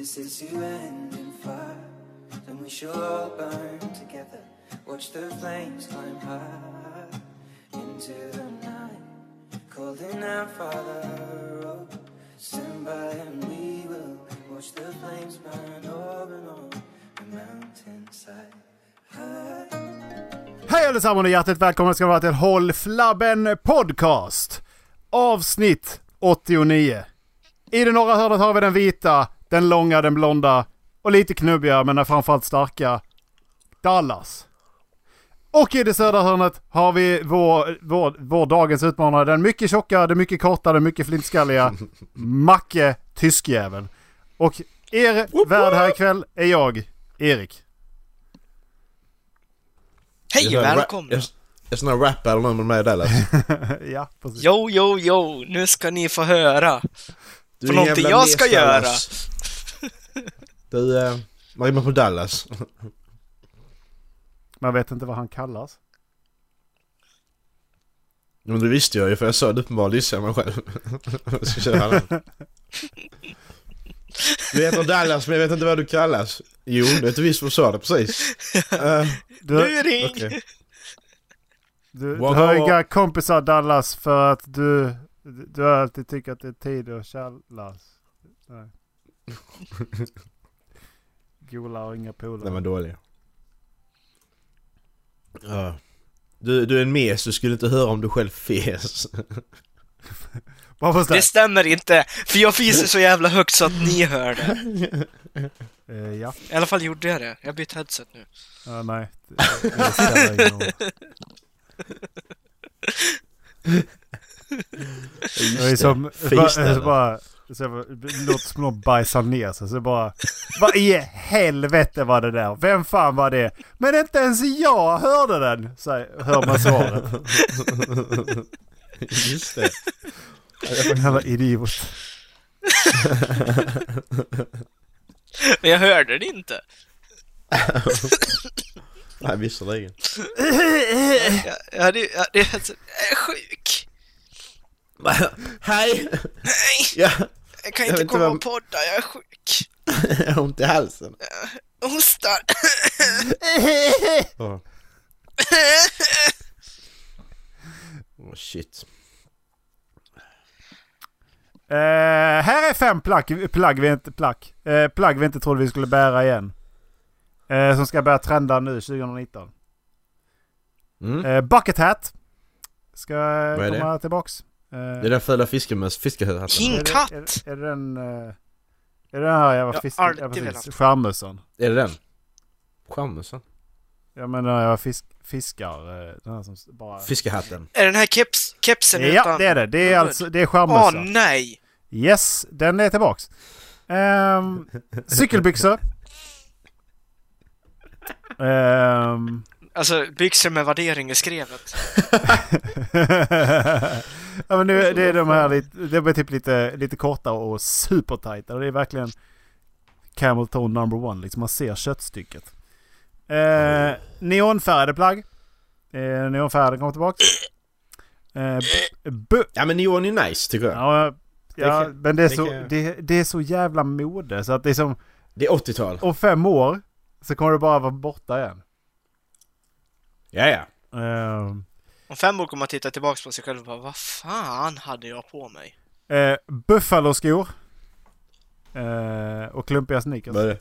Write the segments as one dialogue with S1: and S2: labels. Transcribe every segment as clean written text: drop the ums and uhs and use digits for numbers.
S1: this is to end in fire. Then we shall all burn together. Watch the flames climb high into the night. Calling out, Father, oh, stand by and we will watch the flames burn over and on the mountainside.
S2: Hej allesammans och hjärtligt välkomna ska vara till Håll Flabben Podcast. Avsnitt 89. I det norra hörnet har vi den vita, den långa, den blonda och lite knubbiga men framförallt starka Dallas. Och i det södra hörnet har vi vår dagens utmanare, den mycket tjocka, den mycket korta, den mycket flintskalliga Macke Tyskjäveln. Och er värd här ikväll är jag, Erik.
S3: Hej och välkomna!
S4: Jag sån här rap eller någon med mig Dallas.
S2: Ja, precis.
S3: Jo, nu ska ni få höra. För någonting jag ska göra.
S4: Du, man rimmar på Dallas.
S2: Man vet inte vad han kallas.
S4: Men det visste jag ju för jag sa det uppenbarligen gissar mig själv. Jag ska köra den. Du heter Dallas men jag vet inte vad du kallas. Jo, det är inte visst vad du sa det precis.
S3: Du ring!
S4: Okay.
S2: Du har inga kompisar Dallas för att du har alltid tyckt att det är tid att källas. Nej. Gola och inga poler.
S4: Den var dålig. Du är en mes, du skulle inte höra om du själv fes.
S3: Det stämmer inte, för jag fiser så jävla högt så att ni hör det.
S2: Ja.
S3: I alla fall gjorde jag det. Jag har bytt headset nu.
S2: Nej. Det stämmer inte. Det är som bara så låter som någon bajsar ner sig så bara vad i helvete var det där? Vem fan var det? Men inte ens jag hörde den. Så hör man svaret.
S4: Just det.
S2: En jävla idiot.
S3: Men jag hörde det inte.
S4: Nej, visserligen.
S3: Jag är sjuk.
S4: Hej!
S3: Nej!
S4: Ja.
S3: Jag kan inte komma och podda, jag är sjuk.
S4: Jag har ont i halsen.
S3: Jag hostar.
S4: Shit.
S2: Här är 5 plagg vi inte trodde vi skulle bära igen. Som ska börja trenda nu 2019. Bucket hat ska komma tillbaks.
S4: Det är den fula fiskehatten.
S3: King Cut!
S2: Är det den här jävla skärmössan?
S4: Är det den? Skärmössan?
S2: Jag menar jag fiskar den här som bara...
S4: Fiskehatten.
S3: Är den här kepsen utan...
S2: Ja, det är det. Det är alltså det är skärmössan.
S3: Åh nej!
S2: Yes, den är tillbaks. Cykelbyxor.
S3: Alltså byxor med värdering är skrevet.
S2: Ja, men nu, det är de här det är typ lite korta och supertajta och det är verkligen Camel Toe #1 liksom man ser köttstycket. Neonfärgade plagg. Neonfärgade kommer tillbaka.
S4: Ja men neon är nice tycker jag.
S2: Ja, men det är så jävla mode så att det är som
S4: det är 80-tal.
S2: Om 5 år så kommer det bara vara borta igen.
S4: Ja.
S3: Om 5 år kommer man titta tillbaka på sig själv och bara, vad fan hade jag på mig?
S2: Buffalo-skor. Och klumpiga sneakers.
S4: Vad är det?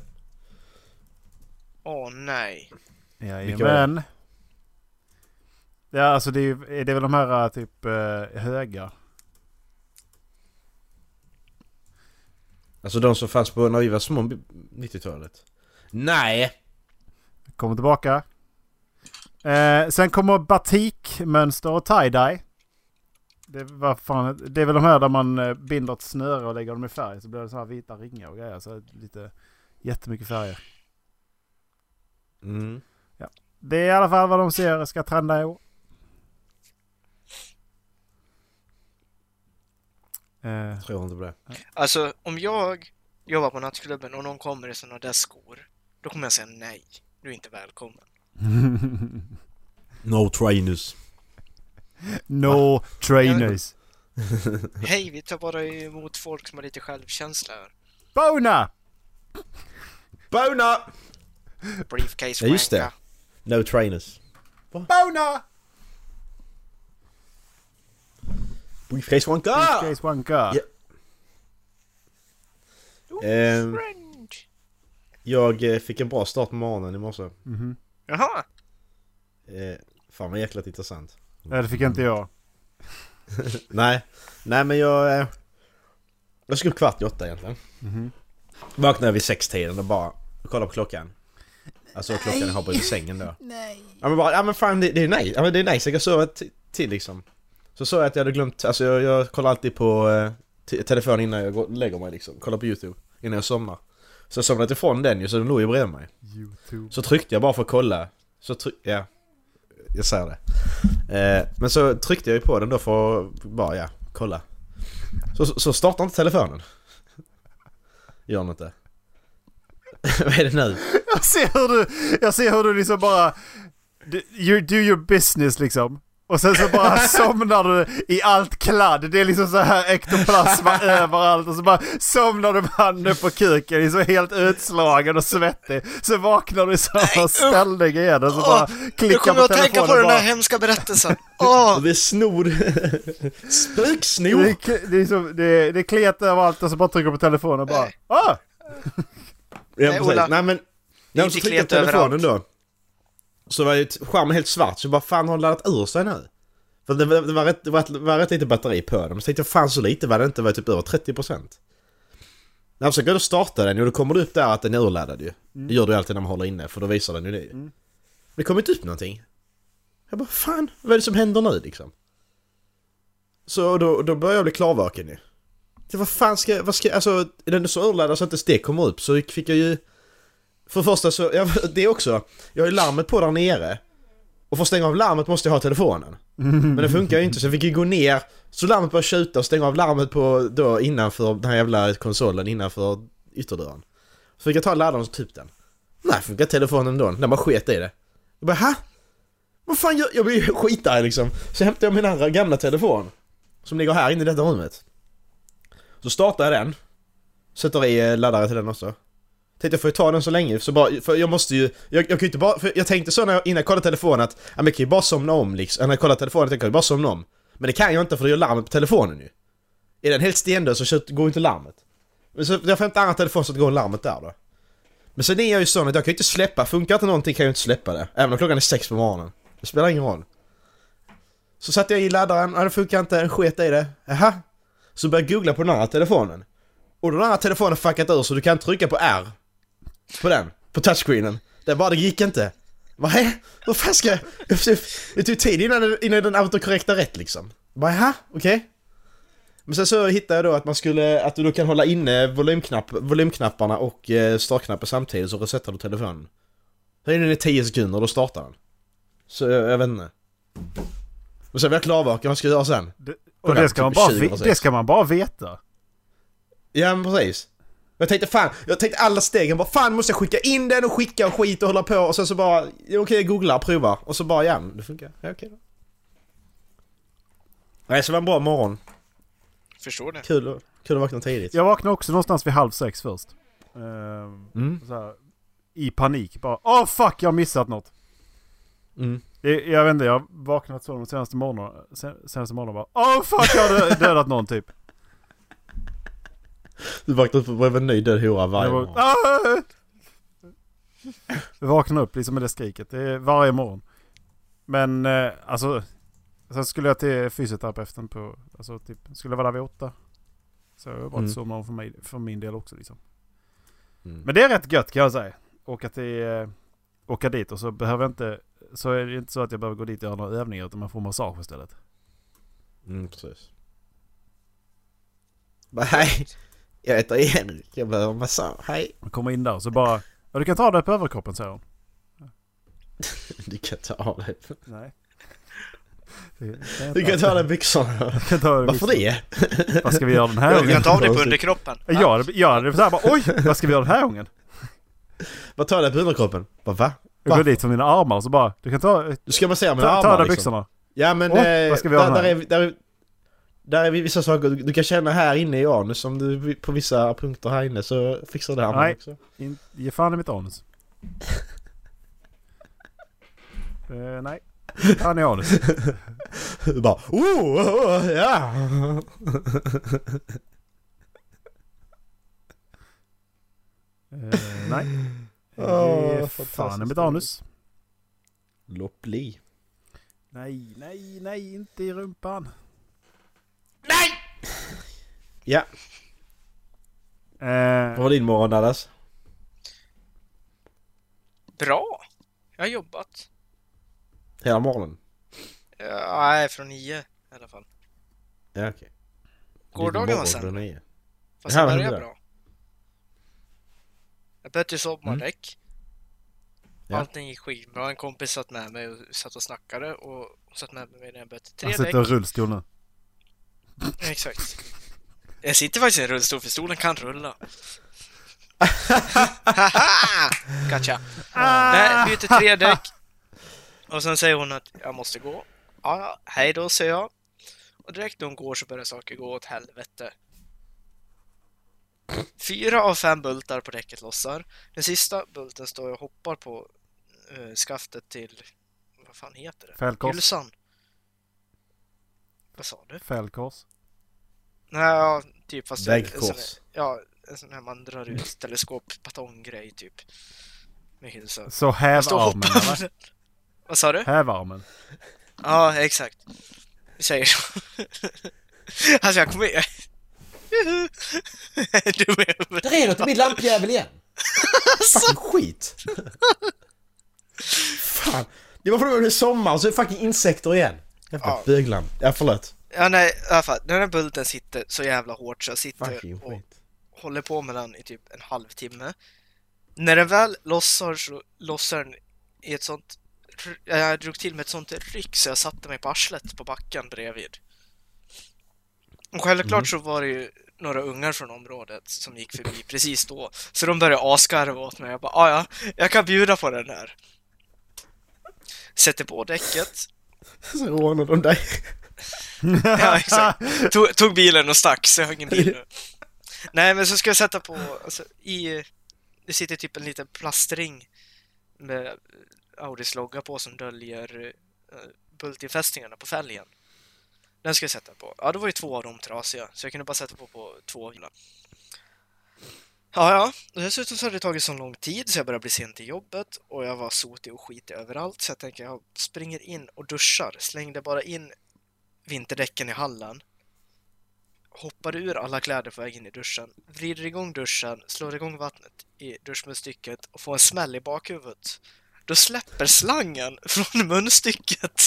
S3: Åh nej.
S2: Jajamän. Ja, alltså det är väl de här typ höga.
S4: Alltså de som fanns på när vi var små 90-talet. Nej.
S2: Kommer tillbaka. Sen kommer batikmönster och tie-dye. Det är väl de här där man binder ett snöre och lägger dem i färg så blir det så här vita ringar och grejer så jättemycket färger. Ja. Det är i alla fall vad de ser ska trenda i år.
S4: Tror inte på det.
S3: Alltså om jag jobbar på nattklubben och någon kommer i sådana där skor, då kommer jag säga nej. Du är inte välkommen.
S4: No trainers.
S2: No trainers.
S3: Hej, vi tar bara emot folk som har lite självkänsla här.
S2: Bona!
S4: Bona!
S3: Briefcase
S4: Ja, just det.
S3: wanka.
S4: No trainers.
S2: Bona!
S4: Briefcase wanka!
S2: Briefcase wanka.
S4: Ja.
S3: Friend.
S4: Jag fick en bra start på morgonen i morse.
S2: Mhm.
S3: Jaha.
S4: Fan vad jäkligt intressant.
S2: Nej, det fick inte jag.
S4: Nej men jag ska upp 7:45 egentligen.
S2: Mhm.
S4: Vaknade vid 6-tiden och bara kolla på klockan. Alltså klockan jag hoppar i sängen då.
S2: Nej.
S4: Ja men bara, ja men fan det är nice. Ja men det är nice, jag kan sova till liksom. Så såg jag att jag hade glömt, alltså jag kollar alltid på telefonen innan jag lägger mig liksom. Kollar på YouTube innan jag somnar. Så jag somnade ifrån den ju, så den låg ju bredvid mig.
S2: YouTube.
S4: Så tryckte jag bara för att kolla. Ja, jag säger det. Men så tryckte jag ju på den då för att bara, kolla. Så startar inte telefonen. Gör den inte. Vad är det nu?
S2: Jag ser hur du liksom bara you do your business liksom. Och sen så bara somnar du i allt kladd. Det är liksom så här ektoplasma överallt. Och så bara somnar du med handen på kuken. Det är så helt utslagen och svettig. Så vaknar du i samma ställning igen. Och så bara klickar
S3: Jag kommer
S2: på
S3: att tänka
S2: telefonen
S3: på den
S2: bara.
S3: här hemska berättelsen. Åh!
S4: Det är snor. Spöksnor.
S2: Det kletar överallt och så bara trycker på telefonen och bara
S3: Nej.
S4: Ja,
S3: Ola.
S4: Nej men när så tryckte jag på telefonen då, så var ju skärmen helt svart. Så bara, fan har den laddat ur sig nu? För det var rätt lite batteri på den. Så tänkte jag, fan så lite var det inte, var typ över 30%. När jag försöker starta den, och då kommer det upp där att den är urladdad ju. Det gör du alltid när man håller inne, för då visar den ju det. Men det kommer inte upp någonting. Jag bara, fan, vad är det som händer nu liksom? Så då började jag bli klarvaken ju. Vad fan alltså, är den så urladdad så att inte det kommer upp, så fick jag ju... För det första så, det också, jag har ju larmet på där nere. Och för att stänga av larmet måste jag ha telefonen. Men det funkar ju inte, så jag fick ju gå ner. Så larmet började skjuta och stänga av larmet på då innanför den här jävla konsolen, innanför ytterdörren. Så fick jag ta laddaren och typ den. Nej, funkar telefonen då, när man sket i det. Jag bara, ha? Vad fan gör jag? Blir ju skitarg liksom. Så hämtade jag min andra gamla telefon, som ligger här inne i detta rummet. Så startar jag den. Sätter i laddare till den också. Tänkte jag får ju ta den så länge, så bara, för jag måste ju, jag kan ju inte bara, för jag tänkte så innan jag kollade telefonen att jag kan ju bara somna om liksom. När jag kollade telefonen tänkte jag bara somna om. Men det kan jag inte, för det gör larmet på telefonen ju. Är den helt stendöd så går inte larmet. Men så jag får inte andra telefon så att det går larmet där då. Men sen är jag ju sån att jag kan ju inte släppa, funkar inte någonting kan jag inte släppa det. Även om klockan är 6 på morgonen. Det spelar ingen roll. Så satte jag i laddaren, det funkar inte, en sket i det. Jaha. Så började jag googla på den andra telefonen. Och den andra telefonen fuckat ur, så du kan trycka på R. På den, på touchscreenen. Det gick inte. Vad fan ska jag... Det tog tid innan den autokorrekta rätt liksom. Jaha, okej. Men sen så hittade jag då att du då kan hålla inne volymknapparna och startknappen samtidigt, så resetar du telefonen. Så är den i 10 sekunder och då startar den. Så jag vet inte. Och sen var jag klarvaken, vad ska jag göra sen?
S2: Det ska man bara veta.
S4: Ja men precis. Jag tänkte alla stegen, bara fan måste jag skicka in den och skicka och skit och hålla på, och sen så bara okej, googla, prova, och så bara det funkar. Ja, okej då. Nej, så var en bra morgon.
S3: Förstår det.
S4: Kul att vakna tidigt.
S2: Jag vaknade också någonstans vid 5:30 först. Så här, i panik bara, fuck, jag har missat något. Jag vet inte, jag har vaknat så de senaste morgonen bara, fuck, jag har dödat någon typ.
S4: Du vaknade upp och var en ny död hora varje morgon.
S2: Jag vaknar upp liksom med det skriket. Det är varje morgon. Men alltså, sen skulle jag till fysioterapeuten på, alltså typ, skulle jag vara där vid 8. Så jag var inte somna för min del också liksom. Men det är rätt gött kan jag säga. Åka dit, och så behöver jag inte, så är det inte så att jag behöver gå dit och göra några övningar, utan man får massage istället.
S4: Precis. Hej, jag heter Erik, jag behöver massage, hej.
S2: Man kommer in där och så bara, du kan ta det på överkroppen, säger hon.
S4: Du kan ta av dig.
S2: Nej.
S4: Du kan ta av byxorna. Varför det?
S2: Vad ska vi göra den här gången?
S3: Du kan ta av dig på underkroppen.
S2: Ja, det är så här bara, oj, vad ska vi göra den här gången?
S4: Vad tar det på underkroppen? Va?
S2: Jag går dit för mina armar och så bara, du kan ta...
S4: Du ska massera mina armar
S2: ta där
S4: liksom.
S2: byxorna.
S4: Ja men
S2: vad ska vi göra här?
S4: Där är vissa saker du kan känna här inne i anus. Om du på vissa punkter här inne så fixar det här.
S2: Nej,
S4: också.
S2: Ge fan i mitt anus. Nej. Han är anus.
S4: Du bara, ja.
S2: Nej. Ge fan i mitt anus.
S4: Loppli.
S2: Nej, inte i rumpan.
S3: Nej!
S4: Ja. Vad var din morgon, Dallas?
S3: Bra. Jag har jobbat.
S4: Hela morgonen?
S3: Nej, från 9 i alla fall.
S4: Ja, okej.
S3: Gårdagen var sämre. Fast
S4: Ja,
S3: det
S4: men
S3: började
S4: det.
S3: bra. Jag bytte sommardäck.
S4: Ja.
S3: Allting gick skitbra. En kompis satt med mig och satt och snackade. Och hon satt med mig när jag bytte 3
S2: Han
S3: däck.
S2: sitter i rullstol nu.
S3: Exakt. Jag sitter faktiskt i en rullstol för stolen kan rulla. Gotcha. Nej, byter 3 däck. Och sen säger hon att jag måste gå. Ja, hej då, säger jag. Och direkt när hon går så börjar saker gå åt helvete. 4 av 5 bultar på däcket lossar. Den sista bulten står och hoppar på skaftet till... Vad fan heter det?
S2: Fälgkors.
S3: Gylsan. Vad sa du?
S2: Fälgkors.
S3: Nej, ja, typ fast...
S4: Väggkors.
S3: Ja, en sån här man drar ut teleskop-batonggrej typ. Med hylsa.
S2: Så häv
S3: Står och
S2: armen,
S3: hoppar.
S2: eller?
S3: Vad sa du?
S2: Häv armen.
S3: Ja, exakt. Vi säger så. Alltså jag kommer... Du med.
S4: Det är något i min lampjävel igen. Fucking skit. Fan. Det var för att det är sommar så är det fucking insekter igen. Jävla böglamp. Ja, förlåt.
S3: Ja, nej, i alla fall. Den här bulten sitter så jävla hårt så jag sitter
S4: Fucking
S3: och
S4: skit.
S3: håller på med den i typ en halvtimme. När den väl lossar så lossar den i ett sånt... Jag drog till med ett sånt ryck så jag satte mig på arslet på backen bredvid. Och självklart så var det ju några ungar från området som gick förbi precis då. Så de började askarva åt mig. Jag bara, ja, jag kan bjuda på den här. Sätter på däcket.
S4: Så rånade de dig.
S3: Ja, exakt. Tog bilen och stack så jag har ingen bil nu. Nej, men så ska jag sätta på alltså, det sitter typ en liten plastring med Audis logga på som döljer bultinfästningarna på fälgen. Den ska jag sätta på. Ja, då var ju 2 av dem trasiga så jag kunde bara sätta på 2 av dem. Ja. Dessutom så hade det tagit så lång tid så jag började bli sent till jobbet och jag var sotig och skitig överallt så jag tänkte jag springer in och duschar. Slängde bara in vinterdäcken i hallen. Hoppar ur alla kläder på väg in i duschen. Vrider igång duschen, slår igång vattnet i duschmunstycket och får en smäll i bakhuvudet. Då släpper slangen från munstycket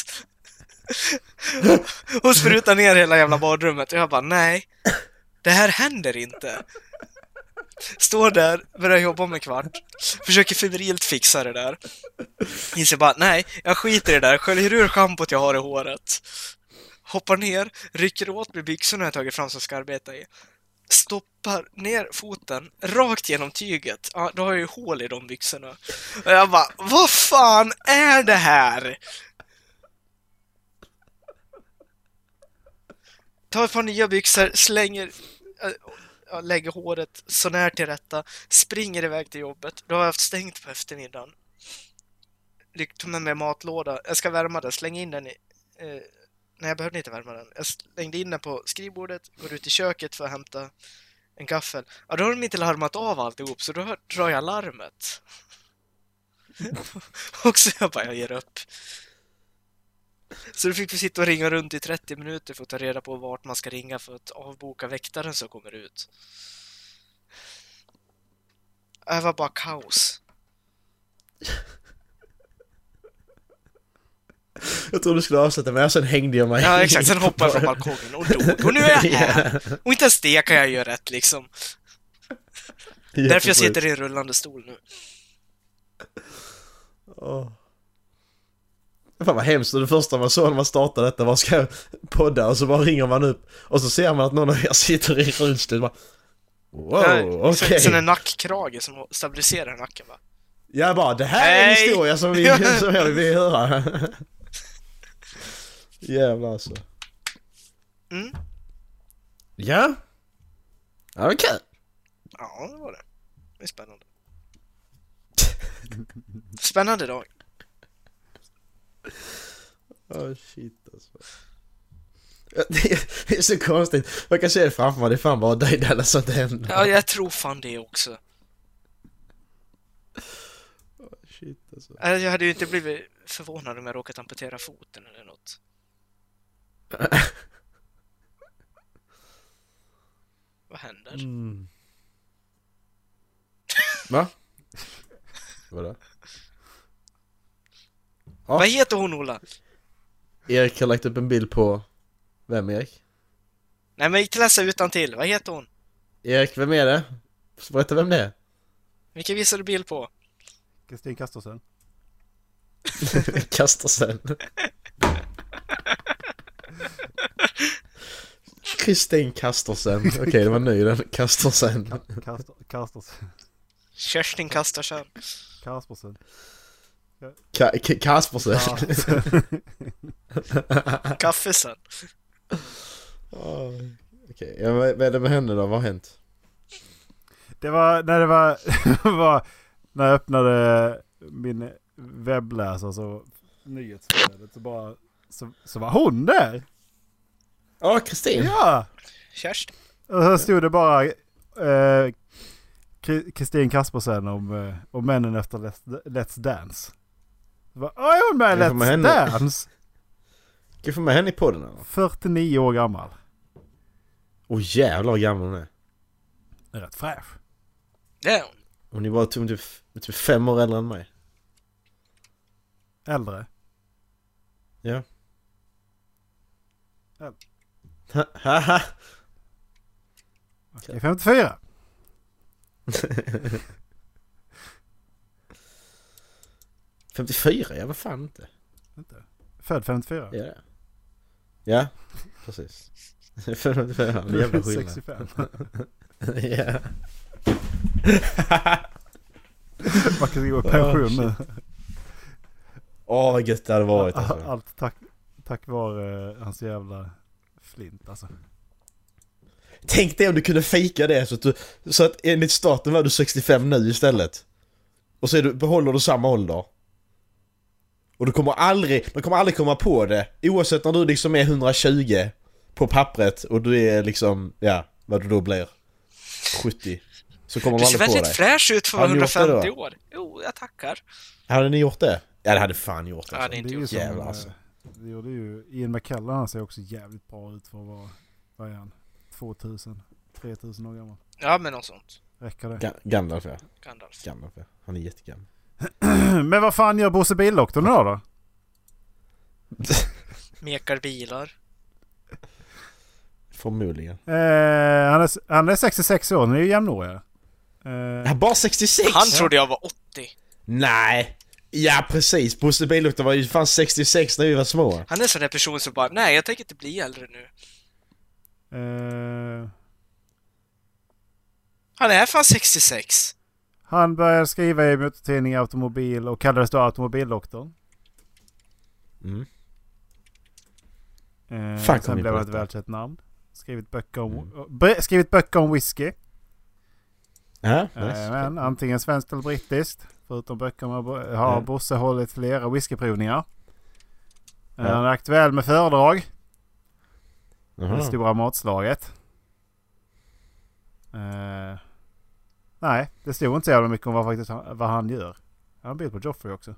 S3: och sprutar ner hela jävla badrummet. Och jag bara, nej, det här händer inte. Står där, börjar jobba om en kvart. Försöker febrilt fixa det där. Inser bara, nej, jag skiter i det där. Sköljer ur schampot jag har i håret. Hoppar ner, rycker åt med byxorna jag tagit fram som ska arbeta i. Stoppar ner foten rakt genom tyget. Ja, då har jag ju hål i de byxorna. Och jag bara, vad fan är det här? Tar ett par nya byxor, slänger... lägger håret så när till rätta, springer iväg till jobbet. Då har jag haft stängt på eftermiddagen. Tog med mig matlåda. Jag ska värma den, släng in den i... Nej, jag behövde inte värma den. Jag slängde in den på skrivbordet, går ut i köket för att hämta en gaffel. Ja, då har de inte larmat av alltihop, så då drar jag larmet. Och så jag ger upp. Så då fick vi sitta och ringa runt i 30 minuter för att ta reda på vart man ska ringa för att avboka väktaren som kommer ut. Det var bara kaos.
S4: Jag tror du skulle avsluta med, sen hängde jag mig.
S3: Ja, exakt. Sen hoppade jag från balkongen och dog. Och nu är jag här. Och inte ens det kan jag göra rätt, liksom. Därför jag sitter i en rullande stol nu.
S4: Fan vad hemskt. Och det första man såg när man startade detta var ska jag podda och så bara ringer man upp och så ser man att någon av er sitter i rullstol. Wow, okej.
S3: Sen en nackkrage som stabiliserar nacken, va?
S4: Jag bara, det här är en historia som jag vill höra. Jävlar alltså. Ja. Ja, det var kul.
S3: Ja, det var det. Det är spännande. Spännande dag.
S4: Shit alltså. Det är så konstigt. Man kan se det framför mig. Det är fan bara dig där så att det händer.
S3: Ja, jag tror fan det också.
S4: Shit alltså.
S3: Jag hade ju inte blivit förvånad om jag råkat amputera foten eller något. Vad händer?
S4: Va? Vadå? Ja.
S3: Vad heter hon, Ola?
S4: Erik har lagt upp en bild på... Vem, Erik?
S3: Nej, men inte läsa utan till. Vad heter hon?
S4: Erik, vem är det? Berätta vem det är.
S3: Vilken visar du bild på?
S2: Kristin Kastorsen.
S4: Kastorsen. Kristin Kastorsen. Okej, det var ny den. Kastorsen.
S2: Kastorsen.
S3: Kerstin Kastorsen.
S2: Kaspersen.
S4: Kaspersen.
S3: Kaffesen.
S4: Okej, vad är det med henne då? Vad har hänt?
S2: Det var när det var när jag öppnade min webbläsare så nyhetsflödet så var hon där.
S4: Ja, Kristin.
S2: Ja.
S3: Kerstin.
S2: Och så stod det bara Kristin Kaspersen om männen efter Let's Dance. Jag är hon med Let's Dance?
S4: Ska vi få med henne i podden eller?
S2: 49 år gammal.
S4: Jävlar vad gammal hon är.
S2: Det är rätt fräsch.
S3: Det är hon.
S4: Hon är bara typ 5 år äldre än mig.
S2: Äldre?
S4: Ja. Haha.
S2: Okej, 54.
S4: Ja, vad fan inte.
S2: Född 54.
S4: Ja. Ja, precis. 54, det är jävla skillnad.
S2: 65.
S4: Ja.
S2: Man kan gå i pension nu.
S4: Vad gött det hade varit alltså.
S2: Allt tack vare hans jävla flint alltså.
S4: Tänk dig om du kunde fika det så att enligt staten var du 65 nu istället. Och så behåller du samma ålder. Och du kommer aldrig komma på det. Oavsett när du liksom är 120 på pappret och du är liksom, ja, vad du då blir 70. Så kommer man aldrig på det.
S3: Du ser väldigt fräsch ut för 150 år. Jo, jag tackar.
S4: Hade ni gjort det? Ja, det hade fan gjort det.
S3: Ja, det är inte gjort.
S4: Jävlar alltså.
S2: Det gjorde ju Ian McKellen, han ser också jävligt bra ut för att vara, vad är han? 2000, 3000 år gammal.
S3: Ja, men något sånt.
S2: Räcker det?
S4: Gandalf, ja.
S3: Gandalf.
S4: Ja. Han är jättegammal.
S2: Men vad fan gör Bosse Bildoktorn då?
S3: Mekar bilar.
S4: Förmodligen.
S2: Han är 66 år, nu är ju jämnåriga.
S4: Bara 66?
S3: Han trodde jag var 80.
S4: Nej. Ja, precis. Bosse Bildoktorn var ju fan 66 när vi var små.
S3: Han är en sån där person som bara, nej, jag tänker inte bli äldre nu. Han är fan 66.
S2: Han började skriva i motortidning Automobil och kallades då Automobildoktorn. Sen blev det ett välkänt namn. Skrivit böcker om whisky. Men antingen svenskt eller brittiskt. Förutom böckerna har Bosse hållit flera whiskyprovningar. Han är aktuell med föredrag. Det stora matslaget. Nej, det stod inte så jävla mycket om vad han gör. Han har en bild på Joffrey också.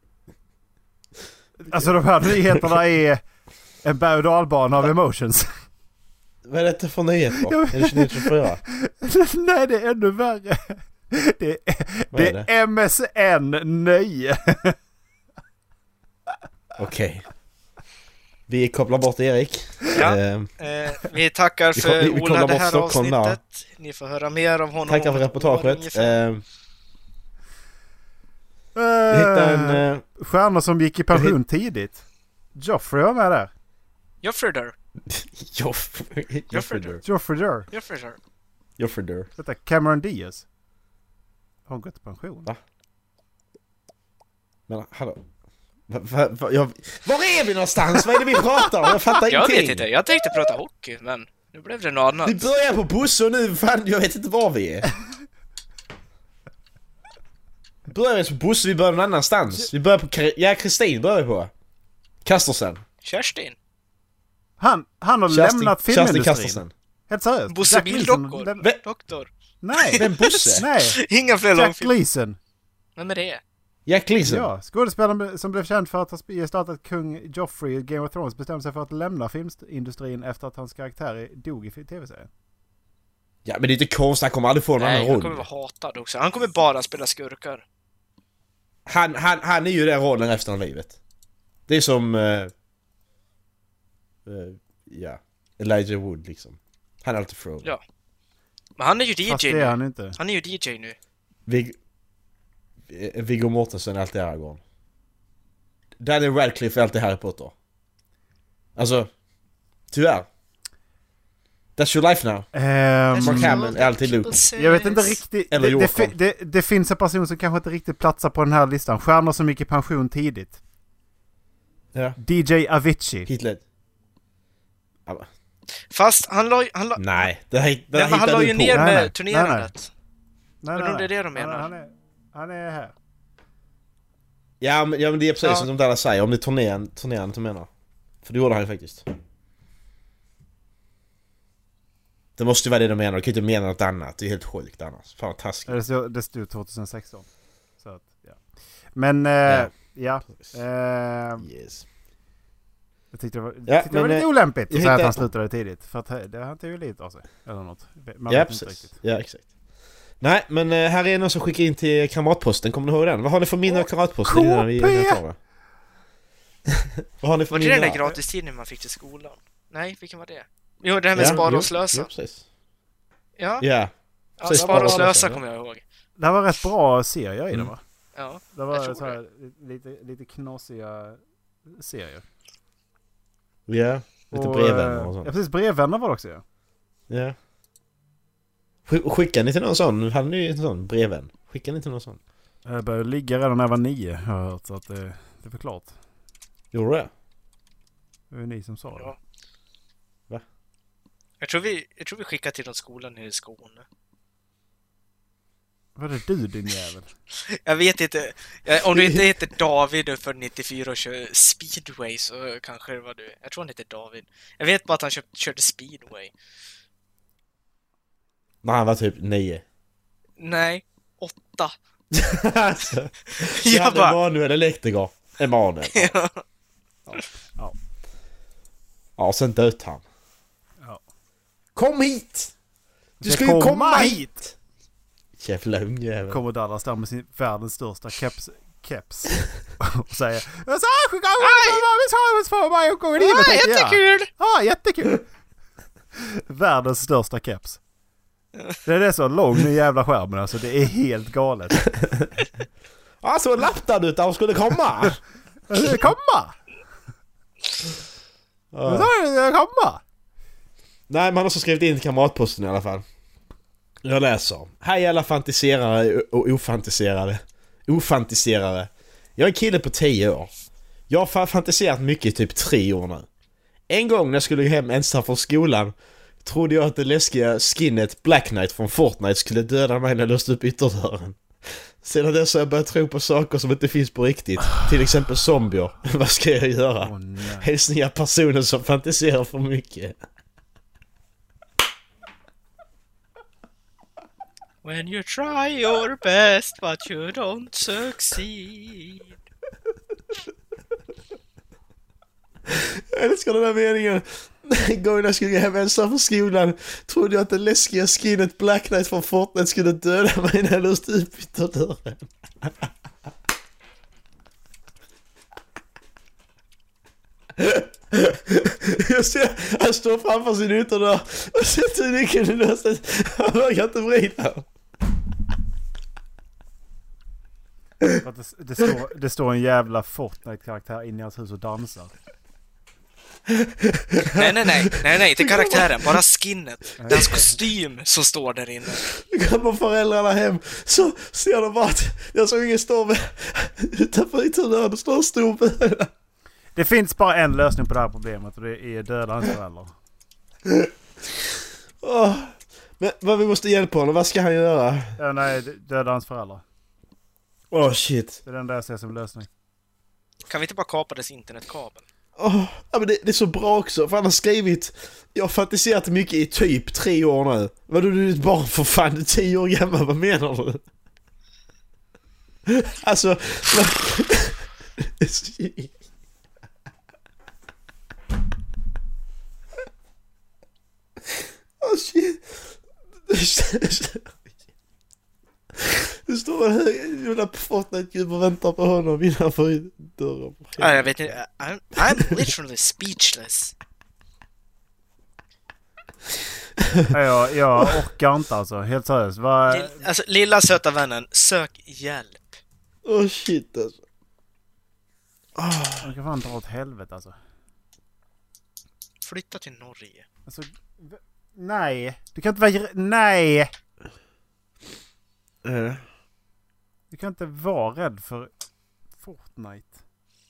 S2: Alltså de här nyheterna är en berg- och dalbana av emotions.
S4: Vad är det för nyheter? Är det 24?
S2: Nej, det är ännu värre. Det är MSN nöje.
S4: Okej. Vi kopplar bort Erik.
S3: Ja, vi tackar för Ola det här
S4: Stockholm
S3: avsnittet. Där. Ni får höra mer av honom.
S4: Tackar för reportaget. Vi hittade en...
S2: stjärnor som gick i pension tidigt. Joffrey var med där.
S4: Joffrey.
S2: Detta Cameron Diaz. Har hon gått i pension?
S4: Va? Men hallå. Var är vi någonstans? Vad är det vi pratar om? Jag fattar ingenting.
S3: Jag vet inte. Jag tänkte prata hockey, men Nu blev det något annat.
S4: Vi börjar på buss och nu fan, jag vet inte var vi är. Vi börjar på buss och vi börjar någon annanstans. Vi börjar på... Kristin börjar vi på. Kastorsen.
S3: Kerstin.
S2: Han har lämnat filmindustrin.
S4: Kastorsen.
S2: Helt seriöst.
S3: Bosse Bildoktor. Doktor.
S2: Nej.
S4: Vem Bosse?
S2: Nej.
S3: Inga fler
S2: Jack
S3: långfilmer.
S2: Gleason.
S3: Vem är det?
S4: Jack Gleason.
S2: Ja, skådespelaren som blev känd för att ha gestaltat kung Joffrey i Game of Thrones bestämde sig för att lämna filmindustrin efter att hans karaktär dog i tv-serien.
S4: Ja, men det är inte konstigt. Han kommer aldrig få en annan roll.
S3: Han kommer vara hatad också. Han kommer bara spela skurkar.
S4: Han är ju den rollen resten av livet. Det är som... Elijah Wood liksom. Han är alltid Frodo.
S3: Ja. Men han är ju DJ
S2: Fast det
S3: nu.
S2: är han inte.
S3: Han är ju DJ nu.
S4: Viggo Mortensen är alltid Aragorn. Daniel Radcliffe är alltid Harry Potter. Alltså, tyvärr. That's your life now. Mark Hamill är alltid Luke.
S2: Jag vet inte riktigt.
S4: Eller
S2: det finns en person som kanske inte riktigt platsar på den här listan. Stjärnor som gick i pension tidigt.
S4: Ja.
S2: DJ Avicii.
S4: Hitler.
S3: Fast han la...
S4: Nej,
S3: men han la ju ner
S2: Nej,
S3: med
S2: nej.
S3: turnerandet.
S2: Nej,
S3: Men det är det de menar.
S2: Han är här.
S4: Ja, men det är precis som de där säger. Om det är turnerande de menar. För det gjorde han ju faktiskt. Det måste ju vara det de menar. De kan inte mena något annat. Det är helt sjukt annars. Fan vad taskigt.
S2: Det stod 2016. Så att, ja. Men,
S4: Yes.
S2: Jag tyckte det var lite olämpligt att säga att han slutade tidigt. För att han tog ju lite av sig. Eller något. Man vet inte riktigt.
S4: Ja, exakt. Nej, men här är någon som skickar in till Kamratposten. Kommer ni ihåg den? Vad har ni för minne av Kamratposten?
S2: KP!
S4: Vad har ni för
S3: var
S4: minne?
S3: det den där gratistidningen man fick till skolan? Nej, vilken var det? Jo, det här med spara och slösa.
S4: Ja, precis.
S3: Ja.
S4: Ja.
S3: Spara och slösa kommer jag ihåg.
S2: Det var rätt bra serier i den, va?
S3: Ja.
S2: Det var så här, lite knasiga serier.
S4: Ja, lite brevvänner och sånt.
S2: Ja, precis. Brevvänner var det också, ja.
S4: Ja. Skickade ni till någon sån? Hade ni en sån brevvän? Skickade ni till någon sån?
S2: Jag började ligga redan när jag var 9, har jag hört. Så att det är klart.
S4: Gjorde det?
S2: Det var ju ni som sa det.
S3: Ja.
S4: Va?
S3: Jag tror vi skickade till någon skola nere i Skåne.
S2: Vad är det du, din jävel?
S3: Jag vet inte. Om du inte heter David för 94 och kör speedway så kanske det var du. Jag tror han heter David. Jag vet bara att han körde speedway.
S4: När han var typ 9.
S3: Nej, 8.
S4: Alltså, jag hade Emanuel elektriker. Emanuel.
S2: Ja.
S4: Ja, sen dött han.
S2: Ja.
S4: Kom hit! Du ska ju komma hit! Jävla ungjävel.
S2: Kommer Dallas där med sin världens största keps och säger
S3: jättekul!
S2: Ja, jättekul! Världens största keps. Det är så lång med jävla skärmen, alltså det är helt galet.
S4: Alltså lapptad ut där skulle komma.
S2: Komma! Komma! Nej,
S4: man har också skrivit in till Kamratposten i alla fall. Jag läser. Hej alla fantiserare och ofantiserare. Jag är en kille på 10 år. Jag har fantiserat mycket i typ 3 år nu. En gång när jag skulle gå hem ensam från skolan trodde jag att det läskiga skinnet Black Knight från Fortnite skulle döda mig när jag löste upp ytterdörren. Sedan dess har jag börjat tro på saker som inte finns på riktigt. Till exempel zombier. Vad ska jag göra? Hälsningar personer som fantiserar för mycket.
S3: When you try your best but you don't succeed.
S4: Jag älskar den här meningen. En gång när jag skulle gå hem ensam från skolan trodde jag att det läskiga skinnet Black Knight från Fortnite skulle döda mig när jag löste upp ytterdörren. Jag ser, han står framför sin ytterdörr och sätter nyckeln i låset. Han vågar inte vrida.
S2: Det står en jävla Fortnite-karaktär inne i hans hus och dansar.
S3: Nej, inte karaktären, bara skinnet. Deras kostym som står där inne.
S4: Kommer föräldrarna hem så ser de bara att jag såg ingen står med utanför ytterdörren och står en stor böna.
S2: Det finns bara en lösning på det här problemet och det är döda hans föräldrar.
S4: Men vad vi måste hjälpa honom, vad ska han göra?
S2: Ja, nej, döda hans föräldrar.
S4: Shit.
S2: Det är den där jag ser som lösning.
S3: Kan vi inte bara kapa dess internetkabel?
S4: Ja, men det är så bra också, för han har skrivit... Jag har fantiserat mycket i typ 3 år nu. Vadå, du är ett barn för fan, du är 10 år gammal, vad menar du? Alltså... Shit. Det står en hög jävla Fortnite-gubbe och väntar på honom innanför dörren.
S3: Ja, jag vet inte. I'm literally speechless.
S2: Jag orkar inte alltså, helt seriöst.
S3: Alltså, lilla söta vännen, sök hjälp.
S4: Shit alltså.
S2: Jag kan fan dra åt helvete alltså.
S3: Flytta till Norge.
S2: Alltså, nej. Du kan inte vara... Nej! Du kan inte vara rädd för Fortnite.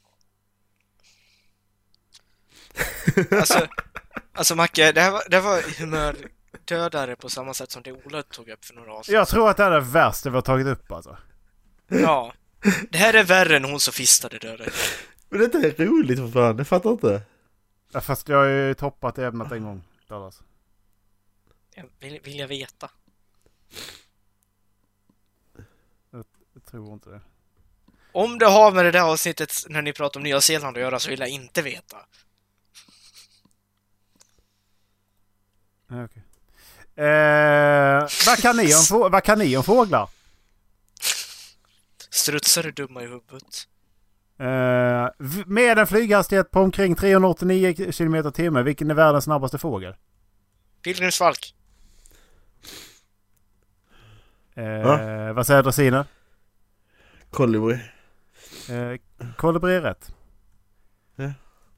S3: Alltså Macke, det här var humördödare på samma sätt som det Ola tog upp för några avsnitt.
S2: Jag tror att det är det värsta vi har tagit upp alltså.
S3: Ja. Det här är värre än hon som fistade döden.
S4: Men det är roligt för fan, jag fattar inte.
S2: Ja, fast jag har ju toppat ämnet en gång, Dallas.
S3: Vill jag veta?
S2: Jag tror inte det.
S3: Om det har med det där avsnittet när ni pratar om Nya Zeeland att göra så vill jag inte veta.
S2: Ja, okej. Vad kan ni om fåglar?
S3: Strutsar är dumma i huvudet.
S2: Med en flyghastighet på omkring 389 km/h, vilken är världens snabbaste fågel?
S3: Pilgrimsfalk.
S2: Vad säger dressinen?
S4: Kolibri.
S2: Kolibri är rätt.
S4: Ja.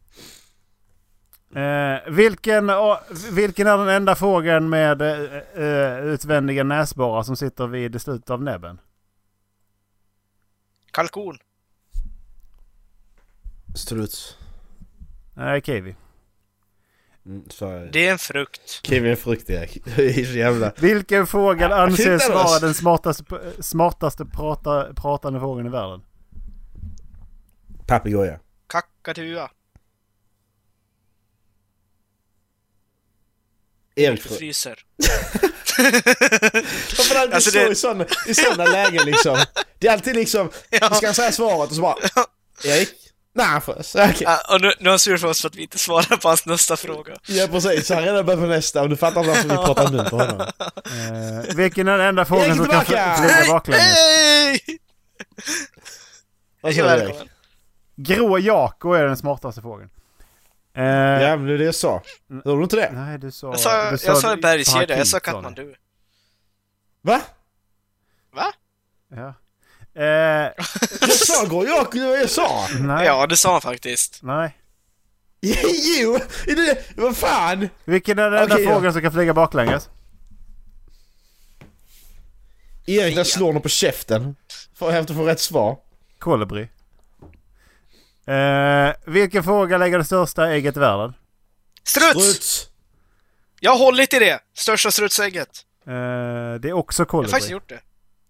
S2: Vilken är den enda fågeln med utvändiga näsborrar som sitter vid slutet av näbben?
S3: Kalkon.
S4: Struts.
S2: Nej, kiwi.
S3: Det är en frukt.
S4: Kiwi är en frukt, ja. Det är så jävla...
S2: Vilken fågel anses vara den smartaste pratande fågeln i världen?
S4: Papegoja.
S3: Kakatua.
S4: Erik
S3: fryser.
S4: Varför är det alltså så i sådana lägen liksom? Det är alltid liksom, ska han säga svaret och så bara Erik? Nej, först. Okay.
S3: Och nu har sur för oss för att vi inte svarar på hans nästa fråga.
S4: Ja, precis. Så han redan börjat på nästa och du fattar varför vi pratar nu på honom.
S2: Vilken är den enda fågeln som kan flyga baklänges?
S3: Hej!
S4: Vad sa du, Erik?
S2: Grå jako är den smartaste fågeln.
S4: Ja, men det är det jag sa. Hörde du inte det?
S2: Nej, du sa...
S3: Jag sa bergskedja, jag sa Katmandu.
S4: Va?
S3: Va?
S2: Ja.
S4: Jag sa grå jako, jag sa.
S2: Nej.
S3: Ja, det sa han faktiskt.
S2: Nej.
S4: Jo, vad fan?
S2: Vilken är den enda fågeln som kan flyga baklänges?
S4: Erik, där slår honom på käften. För att få rätt svar.
S2: Kolibri. Vilken fågel lägger det största ägget i världen?
S3: Struts! Jag har hållit i det. Största strutsägget.
S2: Det är också kolibri.
S3: Jag har faktiskt gjort det.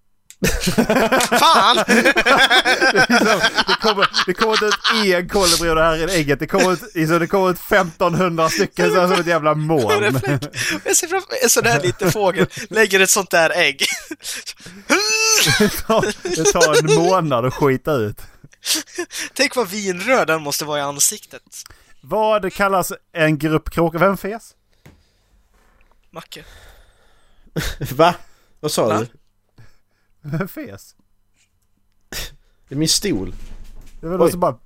S3: Fan!
S2: det kommer inte ut en kolibri och det här är ägget. Det kommer ut 1500 stycken så som ett jävla moln.
S3: Jag ser framför en sån där liten fågel lägger ett sånt där ägg.
S2: Det tar en månad att skita ut.
S3: Tänk vad vinröd den måste vara i ansiktet.
S2: Vad kallas en grupp kråkor? Vem fes?
S3: Macke.
S4: Va? Vad sa du?
S2: Vem fes?
S4: Det är min stol.
S2: Det var någon som bara...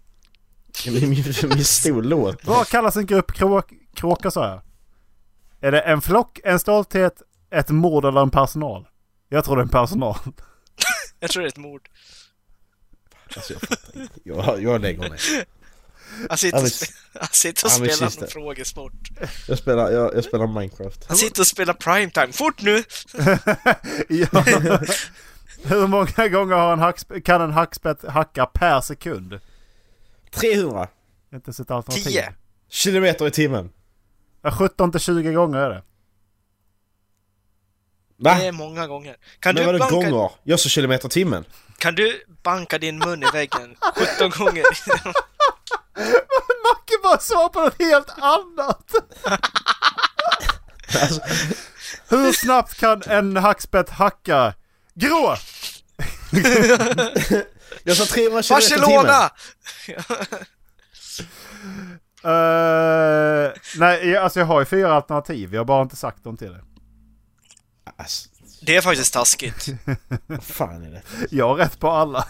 S4: Min stol låt.
S2: Vad kallas en grupp kråkor, sa jag? Är det en flock, en stolthet, ett mord eller en personal? Jag tror det är en personal.
S3: Jag tror det är ett mord.
S4: Alltså jag fattar inte. Jag lägger ner.
S3: Han sitter och spelar någon frågesport.
S4: Jag spelar Minecraft.
S3: Han sitter och spelar primetime. Fort nu!
S2: Ja. Hur många gånger kan en hackspett hacka per sekund?
S4: 300.
S2: Inte så ett alternativ.
S3: 10
S4: kilometer i timmen.
S2: 17 till 20 gånger är det.
S4: Va?
S3: Det är många gånger. Kan
S4: Men
S3: du
S4: vad är det gånger? Jag så kilometer i timmen.
S3: Kan du banka din mun i väggen 17 gånger?
S2: Macke bara svarar på något helt annat.
S4: Alltså,
S2: Hur snabbt kan en hackspett hacka? Grå!
S4: jag sa 300 kilometer i timmen.
S3: Barcelona!
S2: Nej, alltså jag har ju 4 alternativ. Jag har bara inte sagt dem till dig.
S4: Alltså,
S3: Det är faktiskt taskigt.
S4: vad fan är det?
S2: Jag har rätt på alla.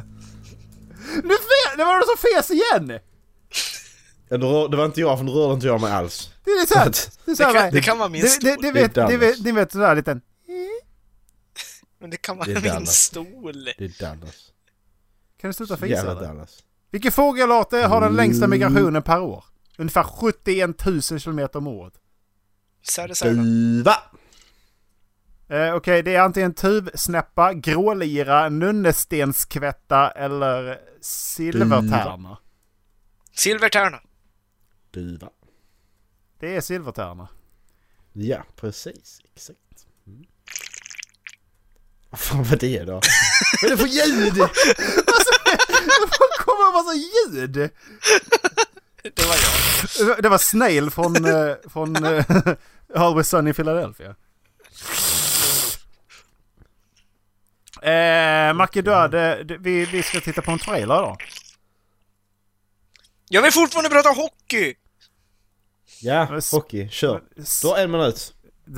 S2: Det var någon som fes igen!
S4: Ja, det var inte jag, för nu rörde inte jag mig alls.
S2: Det är sant.
S3: Det kan vara min stol.
S2: Ni vet sådär liten.
S3: Men det kan vara
S4: Det är
S3: min
S4: Dallas.
S3: stol.
S4: Det är Dallas.
S2: Kan du sluta fisa
S4: Jävla
S2: eller?
S4: Dallas.
S2: Vilken fågelart har den längsta migrationen per år? Ungefär 71 000 kilometer om året.
S3: Så är det så här då.
S4: Duva!
S2: Okej, det är antingen tuvsnäppa, grålira, nunnestenskvätta eller silvertärna.
S3: Silvertärna.
S4: Duva.
S2: Det är silvertärna.
S4: Ja, precis. Exakt. Mm. Vad fan var det då? Vad är det för ljud?
S2: Vad kommer det massa ljud?
S3: Det var jag.
S2: Det var Snail från Always Sunny i Philadelphia. Macke död, vi ska titta på en trailer då.
S3: Jag vill fortfarande prata hockey!
S4: Ja, hockey. Kör. Du har 1 minut.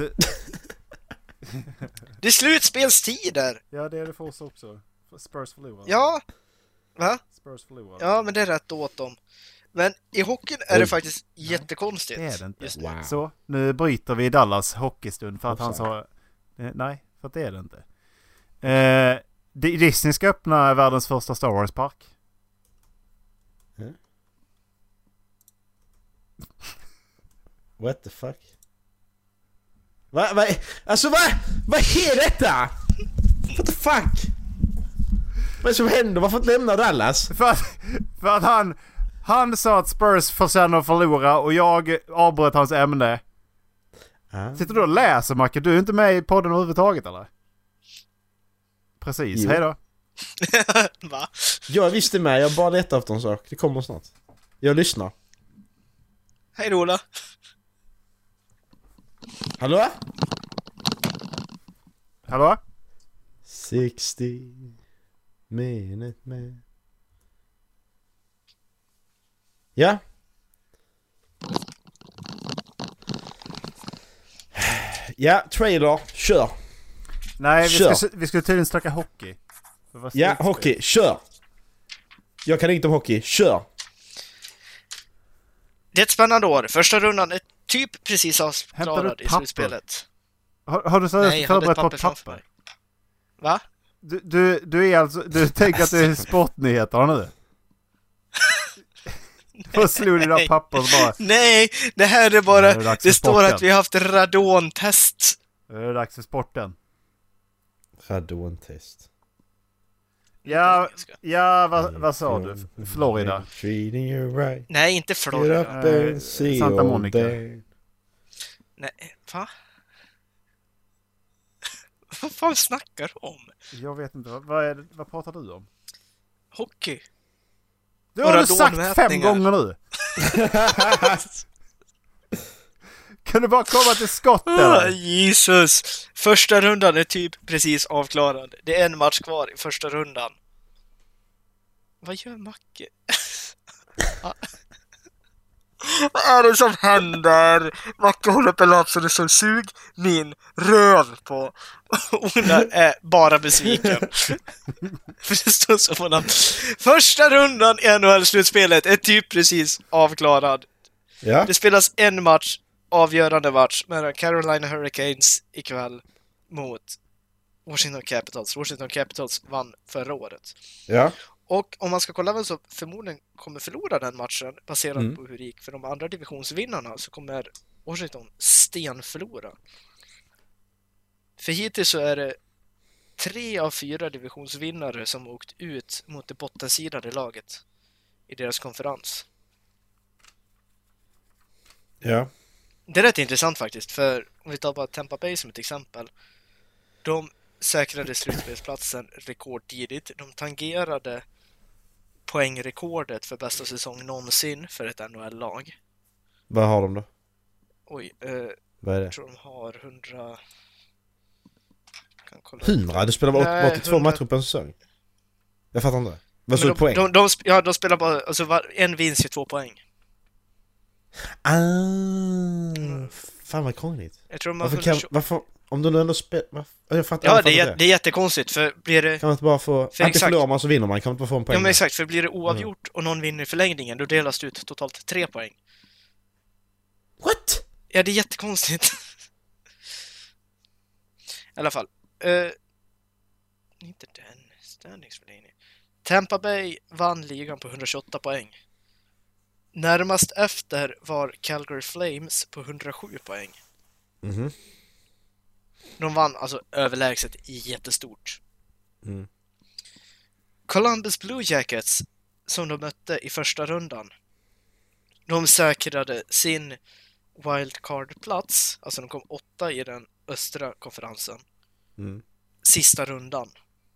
S3: Det är slutspelstider!
S2: Ja, det är det för oss också. Spurs förlorar.
S3: Ja. Va?
S2: Spurs förlorar.
S3: Ja, men det är rätt åt dem. Men i hockeyn är det faktiskt jättekonstigt.
S2: Det är det inte.
S3: Just nu.
S4: Wow.
S2: Så, nu bryter vi Dallas hockeystund för att han
S4: Offside.
S2: sa... Nej, för att det är det inte. Disney ska öppna världens första Star Wars-park.
S4: What the fuck? Alltså vad är detta? What the fuck? Vad är det som händer? Varför lämnar Dallas?
S2: För att han sa att Spurs förtjänar att förlora och jag avbröt hans ämne. Sitter du och läser, Macke? Du är inte med i podden överhuvudtaget, eller? Precis,
S4: Jo.
S2: hej då.
S3: Va?
S4: Jag visste med, jag bara letar efter en sak. Det kommer snart. Jag lyssnar.
S3: Hej då, Ola.
S4: Hallå?
S2: Hallå?
S4: 60 minute man. Ja? Ja, trailer, kör.
S2: Nej,
S4: Kör.
S2: vi skulle tydligen snacka hockey.
S4: Ja, hockey, kör. Jag kan inte om hockey, kör.
S3: Det är ett spännande år. Första rundan är typ precis
S2: Hämtar
S3: avklarad
S2: du
S3: i
S2: papper?
S3: slutspelet.
S2: Har du så
S3: Nej, jag hade
S2: förberett
S3: ett
S2: på
S3: papper framför mig.
S2: papper?
S3: Va?
S2: Du är alltså... Du tänker att det är sportnyheter nu? Och slog dina
S3: Nej.
S2: papper och bara...
S3: Nej, det här är
S2: Nu är
S3: bara...
S2: det dags
S3: Det
S2: för
S3: står
S2: sporten.
S3: att vi har haft radontest.
S2: Nu är det dags för sporten.
S4: Radontest.
S2: Ja, vad sa du? Florida.
S4: Treating you right.
S3: Nej, inte
S4: Get
S3: Florida.
S4: up and see
S2: Santa
S4: all
S2: Monica.
S4: day.
S3: Nej, va? Vad fan snackar du om?
S2: Jag vet inte, vad pratar du om?
S3: Hockey?
S2: Det har
S3: Och
S2: du sagt 5
S3: radonmätningar.
S2: gånger nu! Kan du bara komma till skott eller?
S3: Jesus! Första rundan är typ precis avklarad. Det är en match kvar i första rundan. Vad gör Macke? Vad är det som händer? Macke håller på lapsen och så sug min röv på. Ola är bara besviken. För det står så på namn. Första rundan i NHL-slutspelet är typ precis avklarad.
S4: Ja,
S3: Det spelas en match, avgörande match, mellan Carolina Hurricanes ikväll mot Washington Capitals. Washington Capitals vann förra året.
S4: ja.
S3: Och om man ska kolla vem som förmodligen kommer förlora den matchen, baserat på hur det gick för de andra divisionsvinnarna, så kommer Washington stenförlora. För hittills så är det 3 av 4 divisionsvinnare som åkt ut mot det bottensidade laget i deras konferens.
S4: Ja.
S3: Det är rätt intressant faktiskt, för om vi tar bara Tampa Bay som ett exempel, De säkrade slutspelsplatsen rekordtidigt. De tangerade poängrekordet för bästa säsong någonsin för ett NHL-lag.
S4: Vad har de då?
S3: Oj,
S4: Vad är det?
S3: jag tror de har 100...
S4: 100? Du spelar bara 82 matcher på en säsong? Jag fattar inte. Vad så poäng?
S3: De spelar bara... Alltså en vinst är 2 poäng.
S4: Fan vad krångligt.
S3: Jag tror
S4: varför om du nu ändå spelar... Jag fattar
S3: ja, det är jättekonstigt, för blir det...
S4: Kan man inte bara få... Antingen förlorar man så vinner man, kan man inte bara få en poäng?
S3: Ja, men exakt, för blir det oavgjort och någon vinner i förlängningen, då delas det ut totalt 3 poäng.
S4: What?
S3: Ja, det är jättekonstigt. I alla fall. Inte den. Standings för det. Tampa Bay vann ligan på 128 poäng. Närmast efter var Calgary Flames på 107 poäng.
S4: Mhm.
S3: De vann alltså överlägset jättestort.
S4: Mm.
S3: Columbus Blue Jackets, som de mötte i första rundan, de säkrade sin wildcard-plats, alltså de kom 8 i den östra konferensen. Sista rundan.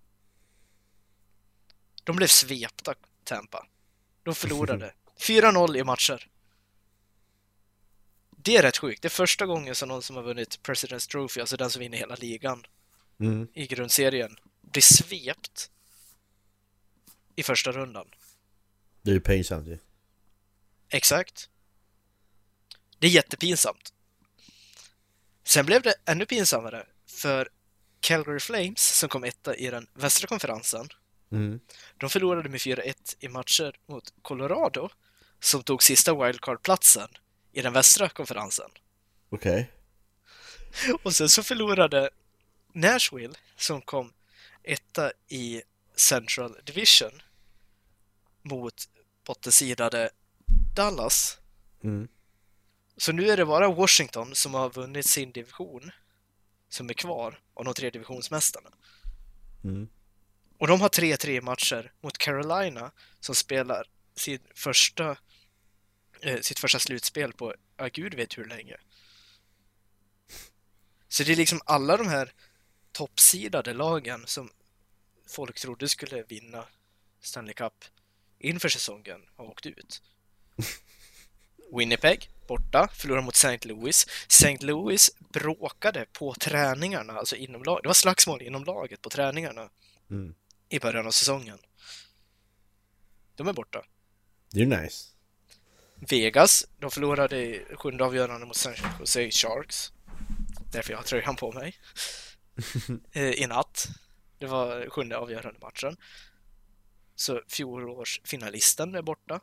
S3: De blev svepta, Tampa. De förlorade 4-0 i matcher. Det är rätt sjukt. Det är första gången som någon som har vunnit President's Trophy, alltså den som vinner hela ligan i grundserien, blir svept i första rundan.
S4: Det är ju pinsamt ju.
S3: Exakt. Det är jättepinsamt. Sen blev det ännu pinsammare för Calgary Flames, som kom 1 i den västra konferensen. De förlorade med 4-1 i matcher mot Colorado, som tog sista wildcard-platsen i den västra konferensen.
S4: Okej.
S3: Och sen så förlorade Nashville, som kom 1 i Central Division, mot bottensidade Dallas. Så nu är det bara Washington som har vunnit sin division som är kvar av de 3 divisionsmästarna. Och de har 3-3 matcher mot Carolina, som spelar sitt första slutspel på gud vet hur länge. Så det är liksom alla de här toppsidade lagen som folk trodde skulle vinna Stanley Cup inför säsongen har åkt ut. Winnipeg borta, förlorade mot St. Louis. St. Louis bråkade på träningarna, alltså inom laget. Det var slagsmål inom laget på träningarna i början av säsongen. De är borta.
S4: Det är nice.
S3: Vegas, de förlorade i 7:e avgörande mot San Jose Sharks. Därför jag har tröjan på mig. I natt. Det var 7:e avgörande matchen. Så fjolårsfinalisten är borta.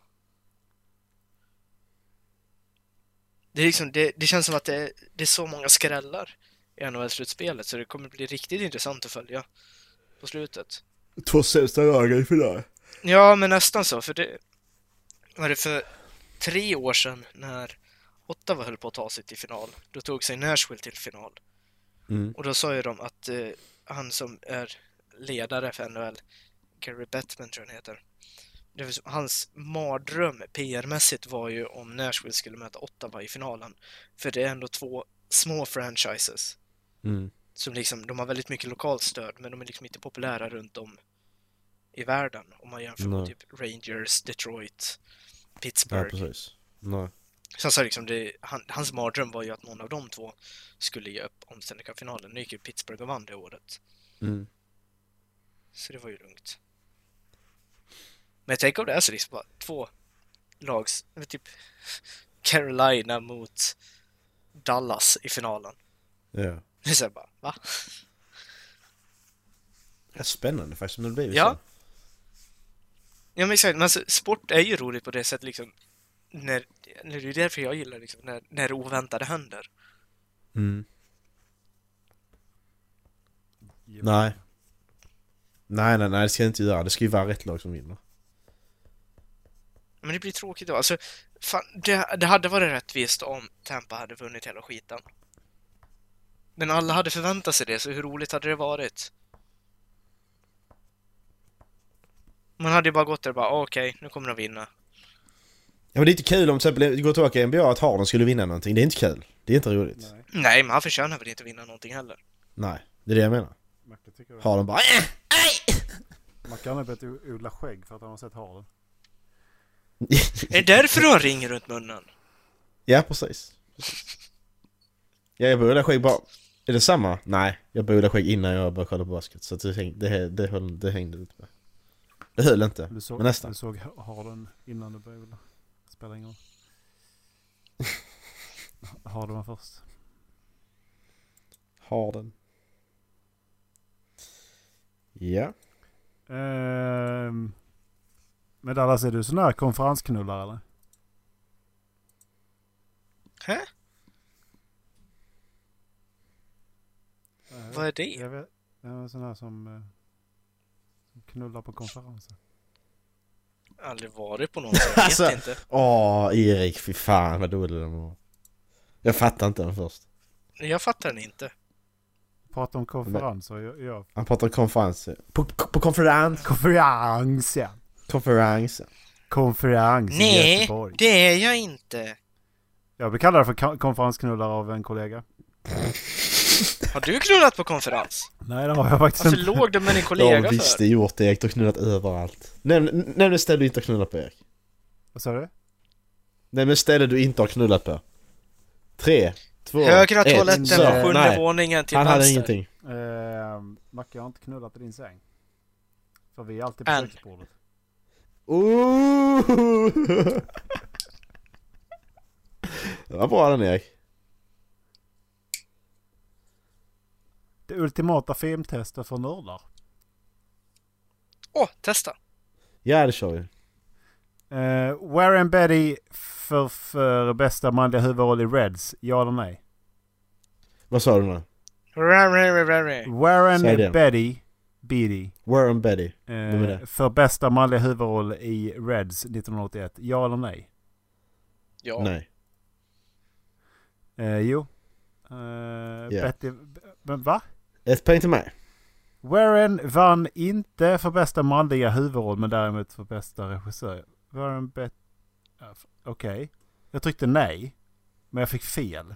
S3: Det är liksom, det känns som att det är så många skrällar i NHL-slutspelet, så det kommer bli riktigt intressant att följa på slutet.
S4: 2 sämsta lagen i final.
S3: Ja, men nästan så, för det var det för 3 år sedan när Ottawa höll på att ta sig till final. Då tog sig Nashville till final. Och då sa ju de att han som är ledare för NHL, Gary Bettman tror han heter, hans mardröm PR-mässigt var ju om Nashville skulle möta Ottawa i finalen. För det är ändå 2 små franchises som liksom, de har väldigt mycket lokalt stöd, men de är liksom inte populära runt om i världen om man jämför med typ Rangers, Detroit, Pittsburgh.
S4: Ja, precis. Nej.
S3: Så han sa liksom, hans mardröm var ju att någon av de 2 skulle ge upp om Stanley Cup-finalen. Nu gick ju Pittsburgh och vann det året. Så det var ju lugnt. Men jag tänker om det är så liksom bara 2 lags, typ Carolina mot Dallas i finalen.
S4: Ja.
S3: Det är så bara, va?
S4: Det är spännande faktiskt om det blir
S3: ja.
S4: så.
S3: Ja, men exakt. Men alltså, sport är ju roligt på det sättet liksom, när det är därför jag gillar liksom, när det oväntade händer.
S4: Nej, det ska jag inte göra. Det ska ju vara rätt lag som vinner.
S3: Men det blir tråkigt då. Alltså, fan, det hade varit rättvist om Tampa hade vunnit hela skiten. Men alla hade förväntat sig det, så hur roligt hade det varit? Man hade ju bara gått där och bara, okej, nu kommer de vinna.
S4: Ja, men det är inte kul om till exempel går tillbaka i NBA att Harden skulle vinna någonting. Det är inte kul. Det är inte roligt.
S3: Nej, men han förtjänar väl inte vinna någonting heller.
S4: Nej, Det är det jag menar.
S2: Macke tycker det.
S4: Har de bara...
S2: Macke har börjat odla skägg för att han har sett haren.
S3: Är det därför du har ring runt munnen?
S4: Ja, precis. Ja, jag började skägg bara... Är det samma? Nej, jag började skägg innan jag började kolla på basket. Så det hängde lite med. Det höll inte, men nästan.
S2: Du såg haren innan du började spela ingen roll. Har du den först?
S4: Har den. Ja.
S2: Men Dallas, är du sån här konferensknullare eller?
S3: Hä? Vad är det?
S2: Jag vet, sån här som knullar på konferenser.
S3: Aldrig varit på någon, så jag vet inte.
S4: Erik, fy fan vad dålig den var. Jag fattar inte den först.
S3: Jag fattar den inte.
S2: Prata om konferenser.
S4: Han pratar om konferenser. På konferens.
S2: Konferens, ja. Konferens i Göteborg.
S3: Det är jag inte.
S2: Jag blir kallad för konferensknullare av en kollega.
S3: Har du knullat på konferens?
S2: Nej, det har jag faktiskt
S3: inte.
S2: inte.
S3: Varför låg du med din kollega för?
S4: Ja, visst, det är gjort det. Erik, du har knullat överallt. Nämn ett ställe du inte har knullat på, Erik.
S2: Vad sa du?
S4: Nämn ett ställe du inte har knullat på. 3, 2,
S3: Högra
S4: 1.
S3: toaletten på 7:e våningen till
S4: han
S3: vänster.
S4: hade ingenting.
S2: Macke har inte knullat i din säng. För vi är alltid på köksbordet.
S4: Det var bra den, Erik.
S2: Det ultimata filmtestet för nördar.
S3: Testa.
S4: Ja, det kör vi.
S2: Warren Beatty för bästa manliga huvudroll i Reds. Ja eller nej?
S4: Vad sa du nu?
S2: Warren Beatty.
S4: Warren Beatty.
S2: För bästa manliga huvudroll i Reds 1981. Ja eller nej?
S3: Ja.
S4: Nej.
S2: Jo. Betty... Va?
S4: Ett poäng till mig.
S2: Warren vann inte för bästa manliga huvudroll, men däremot för bästa regissör. Warren Beatty... Okej. Jag tryckte nej, men jag fick fel.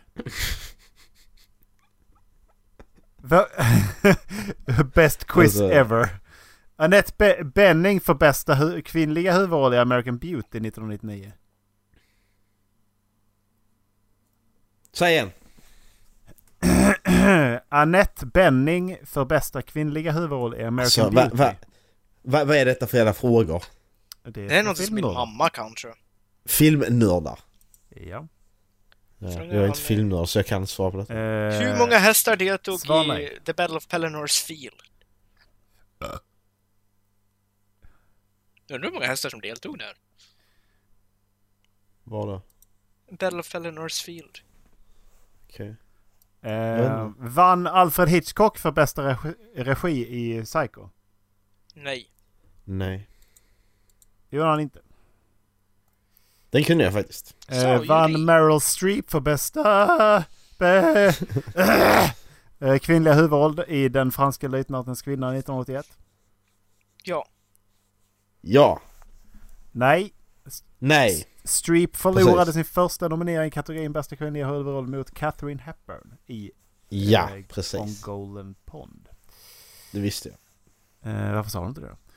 S2: Best quiz ever. Annette Bening för bästa kvinnliga huvudroll i American Beauty 1999.
S4: Säg igen.
S2: Annette Bening för bästa kvinnliga huvudroll i American Beauty.
S4: Vad är detta för jävla frågor?
S3: Det är något som min mamma kanske.
S4: Filmnördar.
S2: Ja.
S4: Jag är inte filmnörd så jag kan svara på det.
S3: Hur många hästar deltog i The Battle of Pelennors Field? Undrar hur många hästar som deltog där?
S4: Var det?
S3: Battle of Pelennors Field.
S4: Okej.
S2: Vann Alfred Hitchcock för bästa regi i Psycho?
S3: Nej.
S2: Det gjorde han inte.
S4: Den kunde jag faktiskt.
S2: Vann Meryl Streep för bästa kvinnliga huvudroll i Den franska löjtnantens kvinna 1981?
S4: Ja.
S2: Nej. Streep förlorade sin första nominering i kategorin bästa kvinnliga huvudroll mot Catherine Hepburn i On Golden Pond.
S4: Det visste jag.
S2: Varför sa du inte det?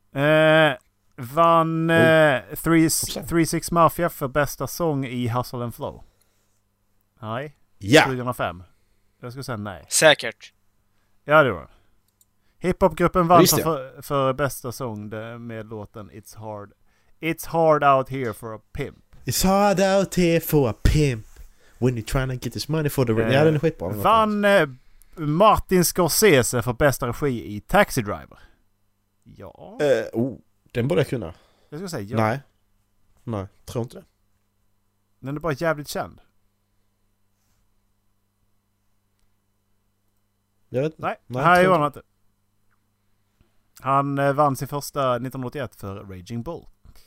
S2: Vann 3-6 Mafia för bästa sång i Hustle and Flow? Nej.
S4: Ja.
S2: 2005. Jag skulle säga nej.
S3: Säkert.
S2: Ja, det var. Hiphopgruppen vann för bästa sång med låten It's hard out here for a pimp.
S4: It's hard out here for a pimp when you're trying to get this money for the ja, den är skitbra.
S2: Vann Martin Scorsese för bästa regi i Taxi Driver? Ja.
S4: Den borde jag kunna.
S2: Jag ska säga ja.
S4: Nej, tror inte det.
S2: Den är bara jävligt känd.
S4: Jag vet
S2: inte. Nej, gjorde han inte. Han vann sin första 1981 för Raging Bull.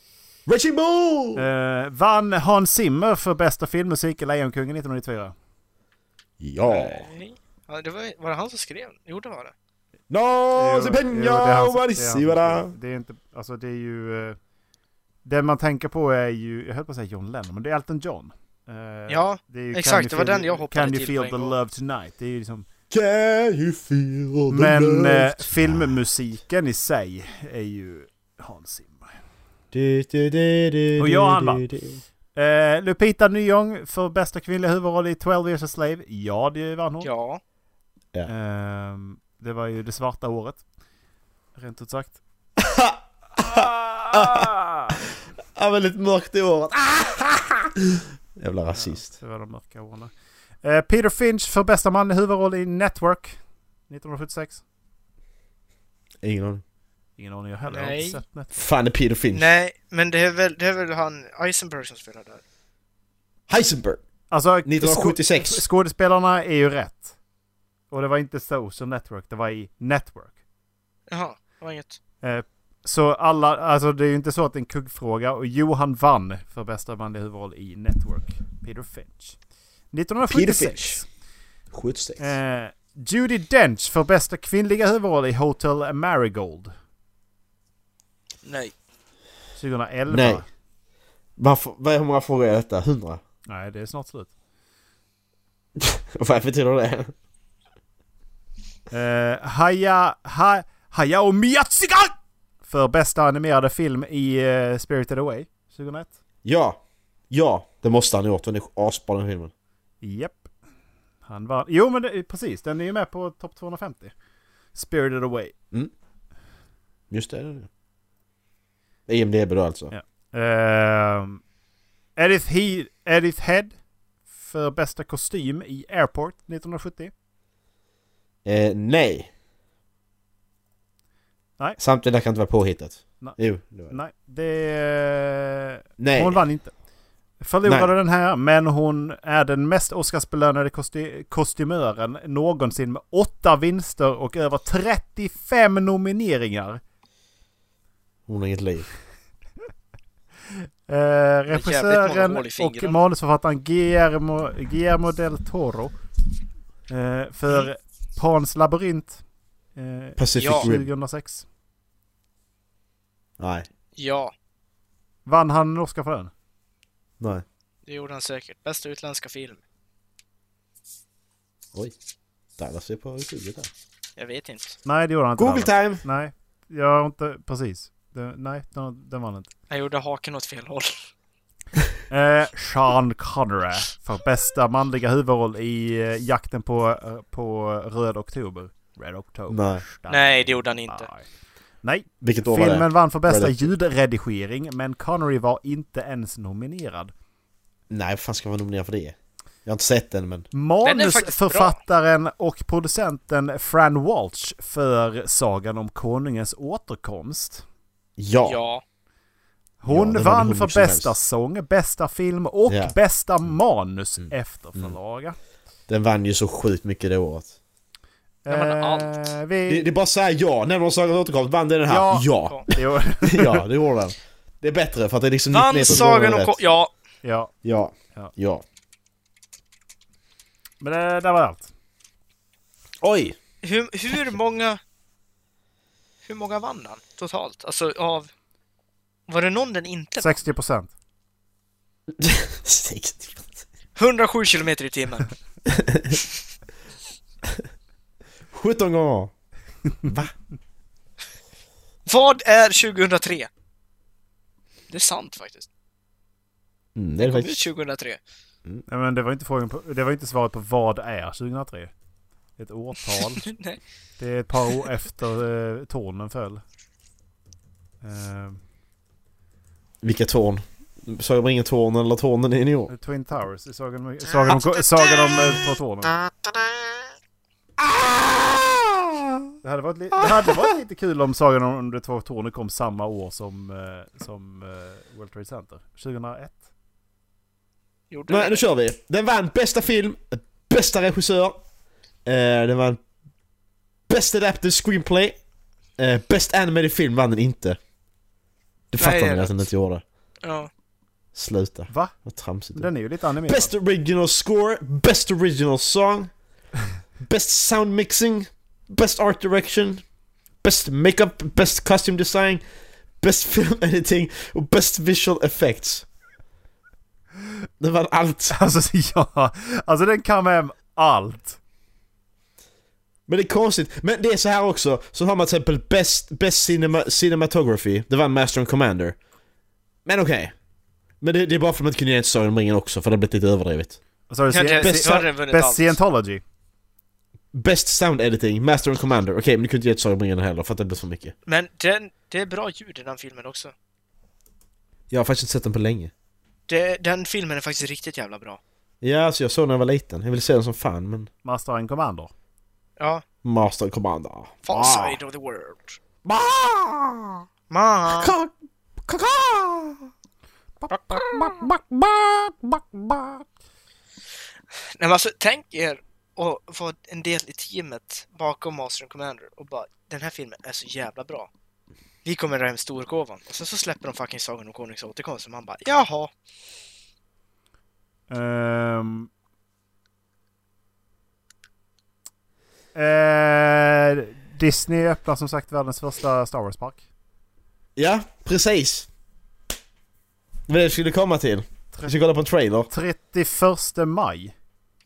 S2: Vann Hans Zimmer för bästa filmmusik i Lejonkungen 1994?
S4: Ja.
S3: Det var det han som skrev? Jo, det var det.
S2: Det är inte, alltså det är ju det man tänker på är ju, jag höll på att säga John Lennon, men det är Elton John.
S3: Ja,
S2: det är ju
S3: exakt, det var den jag hoppade
S2: till. Can you feel the
S3: love
S2: tonight? Det är ju liksom
S4: Can you feel the
S2: Men
S4: love?
S2: filmmusiken i sig är ju Hans Zimmer.
S4: Och
S2: jag han va? Lupita Nyong'o för bästa kvinnliga huvudroll i 12 Years a Slave. Ja, det vann hon.
S3: Ja.
S2: Det var ju det svarta året. Rent ut sagt.
S4: Ja, väldigt mörkt i året. Jävla rasist.
S2: Det var de mörka åren. Peter Finch för bästa manlig huvudroll i Network 1976.
S4: Ingen aning.
S2: Ingen aning jag heller.
S3: Nej.
S2: Har inte sett Network.
S4: Fan är Peter Finch.
S3: Nej, men det är väl han Eisenberg som spelar där.
S4: Heisenberg.
S2: Alltså
S4: 1976.
S2: Skådespelarna är ju rätt. Och det var inte Social Network, det var i Network.
S3: Jaha, det var inget.
S2: Så alla, alltså det är ju inte så att det är en kuggfråga. Och Johan vann för bästa manliga huvudroll i Network. Peter Finch. 1976.
S4: 76.
S2: Judi Dench för bästa kvinnliga huvudroll i Hotel Marigold.
S3: Nej.
S2: 2011.
S4: Nej. Hur många frågor är detta? 100?
S2: Nej, det är snart slut.
S4: Vad betyder det?
S2: Hayao Miyazaki för bästa animerade film i Spirited Away 2001.
S4: Ja, det måste han ha gjort. Den är asbra den filmen.
S2: Japp. Han var... Jo, men precis. Den är ju med på topp 250. Spirited Away.
S4: Mm. Just det. IMDb då alltså.
S2: Ja. Edith Head för bästa kostym i Airport 1970.
S4: Nej. Samtidigt kan inte vara påhittat.
S2: Nej.
S4: Jo,
S2: Nej,
S4: Nej.
S2: Hon vann inte. Förlorade den här, men hon är den mest Oscarsbelönade kostymören någonsin med 8 vinster och över 35 nomineringar.
S4: Hon har inget liv.
S2: Regissören och manusförfattaren Guillermo del Toro för Pans labyrint
S4: Pacific Rim
S2: 2006.
S4: Nej.
S3: Ja.
S2: Vann han en Oscar för den?
S4: Nej.
S3: Det gjorde han säkert. Bästa utländska film.
S4: Oj. Dallas är på huvudet här.
S3: Jag vet inte.
S2: Nej, det gjorde han inte.
S4: Google time!
S2: Nej, jag har inte... Precis. Nej, den vann inte.
S3: Jag gjorde haken åt fel håll.
S2: Sean Connery för bästa manliga huvudroll i Jakten på Röd Oktober. Red October.
S3: Nej, det gjorde han inte.
S2: Nej.
S4: Vilket år var det?
S2: Filmen vann för bästa ljudredigering, men Connery var inte ens nominerad.
S4: Nej, vad fan ska man nominera för det? Jag har inte sett den, men...
S2: Manusförfattaren och producenten Fran Walsh för Sagan om konungens återkomst.
S4: Ja.
S2: Hon vann för bästa sång, bästa film och bästa manus efter förlaga.
S4: Den vann ju så sjukt mycket det året.
S3: Det
S4: är bara så här, ja. När någon Sagan om återkomst vann den här. Ja. Ja, det gjorde den. Det är bättre för att det är liksom...
S3: Vann Sagan om
S4: Ja.
S2: Men det där var allt.
S4: Oj!
S3: Hur många vann han totalt? Alltså av... Var det någon den inte?
S2: 60%.
S4: 60%.
S3: 107 kilometer i timmen.
S4: 17 gånger. Va?
S3: Vad är 2003? Det är sant faktiskt.
S4: Det är faktiskt
S3: 2003.
S2: Nej, men det var inte frågan på, det var inte svaret på vad är 2003. Ett årtal.
S3: Nej.
S2: Det är ett par år efter tornen föll.
S4: Vilka torn? Sagan om ingen torn eller tornen i New York?
S2: Twin Towers. Sagan om två tornen. Det hade varit lite kul om Sagan om de två tornen kom samma år som World Trade Center. 2001.
S4: Nej, nu kör vi. Den vann bästa film, bästa regissör. Den vann bäst adapted screenplay. Best animated film vann den inte. Det fattar ni att den inte gjorde.
S3: Ja.
S4: Sluta.
S2: Va?
S4: Vad tramsigt.
S2: Den är ju lite animerad.
S4: Best original score, best original song, best sound mixing, best art direction, best makeup, best costume design, best film editing och best visual effects. Det var allt.
S2: Alltså den kan med allt.
S4: Men det är konstigt. Men det är så här också. Så har man till exempel Best Cinematography. Det var Master and Commander. Men okej. Men det är bara för att man inte kunde ge en Sagan om ringen också. För det har blivit lite överdrivet.
S2: Best Scientology.
S4: Best Sound Editing, Master and Commander. Okej, men du kunde inte ge ett Sagan om ringen heller för att det blev för mycket.
S3: Men det är bra ljud i den filmen också.
S4: Jag har faktiskt inte sett den på länge.
S3: Den filmen är faktiskt riktigt jävla bra.
S4: Ja, alltså jag såg när jag var liten. Jag ville se den som fan, men...
S2: Master and Commander.
S3: Ja.
S4: Master and Commander.
S3: Far side of the world.
S4: Ma!
S3: Nej, men alltså, tänk er att få en del i teamet bakom Master and Commander och bara, den här filmen är så jävla bra. Vi kommer dra hem storgåvan. Och sen så släpper de fucking Sagan om Konungens återkomst och man bara, jaha.
S2: Disney öppnar som sagt världens första Star Wars-park.
S4: Ja, precis. Vad det skulle komma till? Jag ska kolla på en trailer.
S2: 31 maj.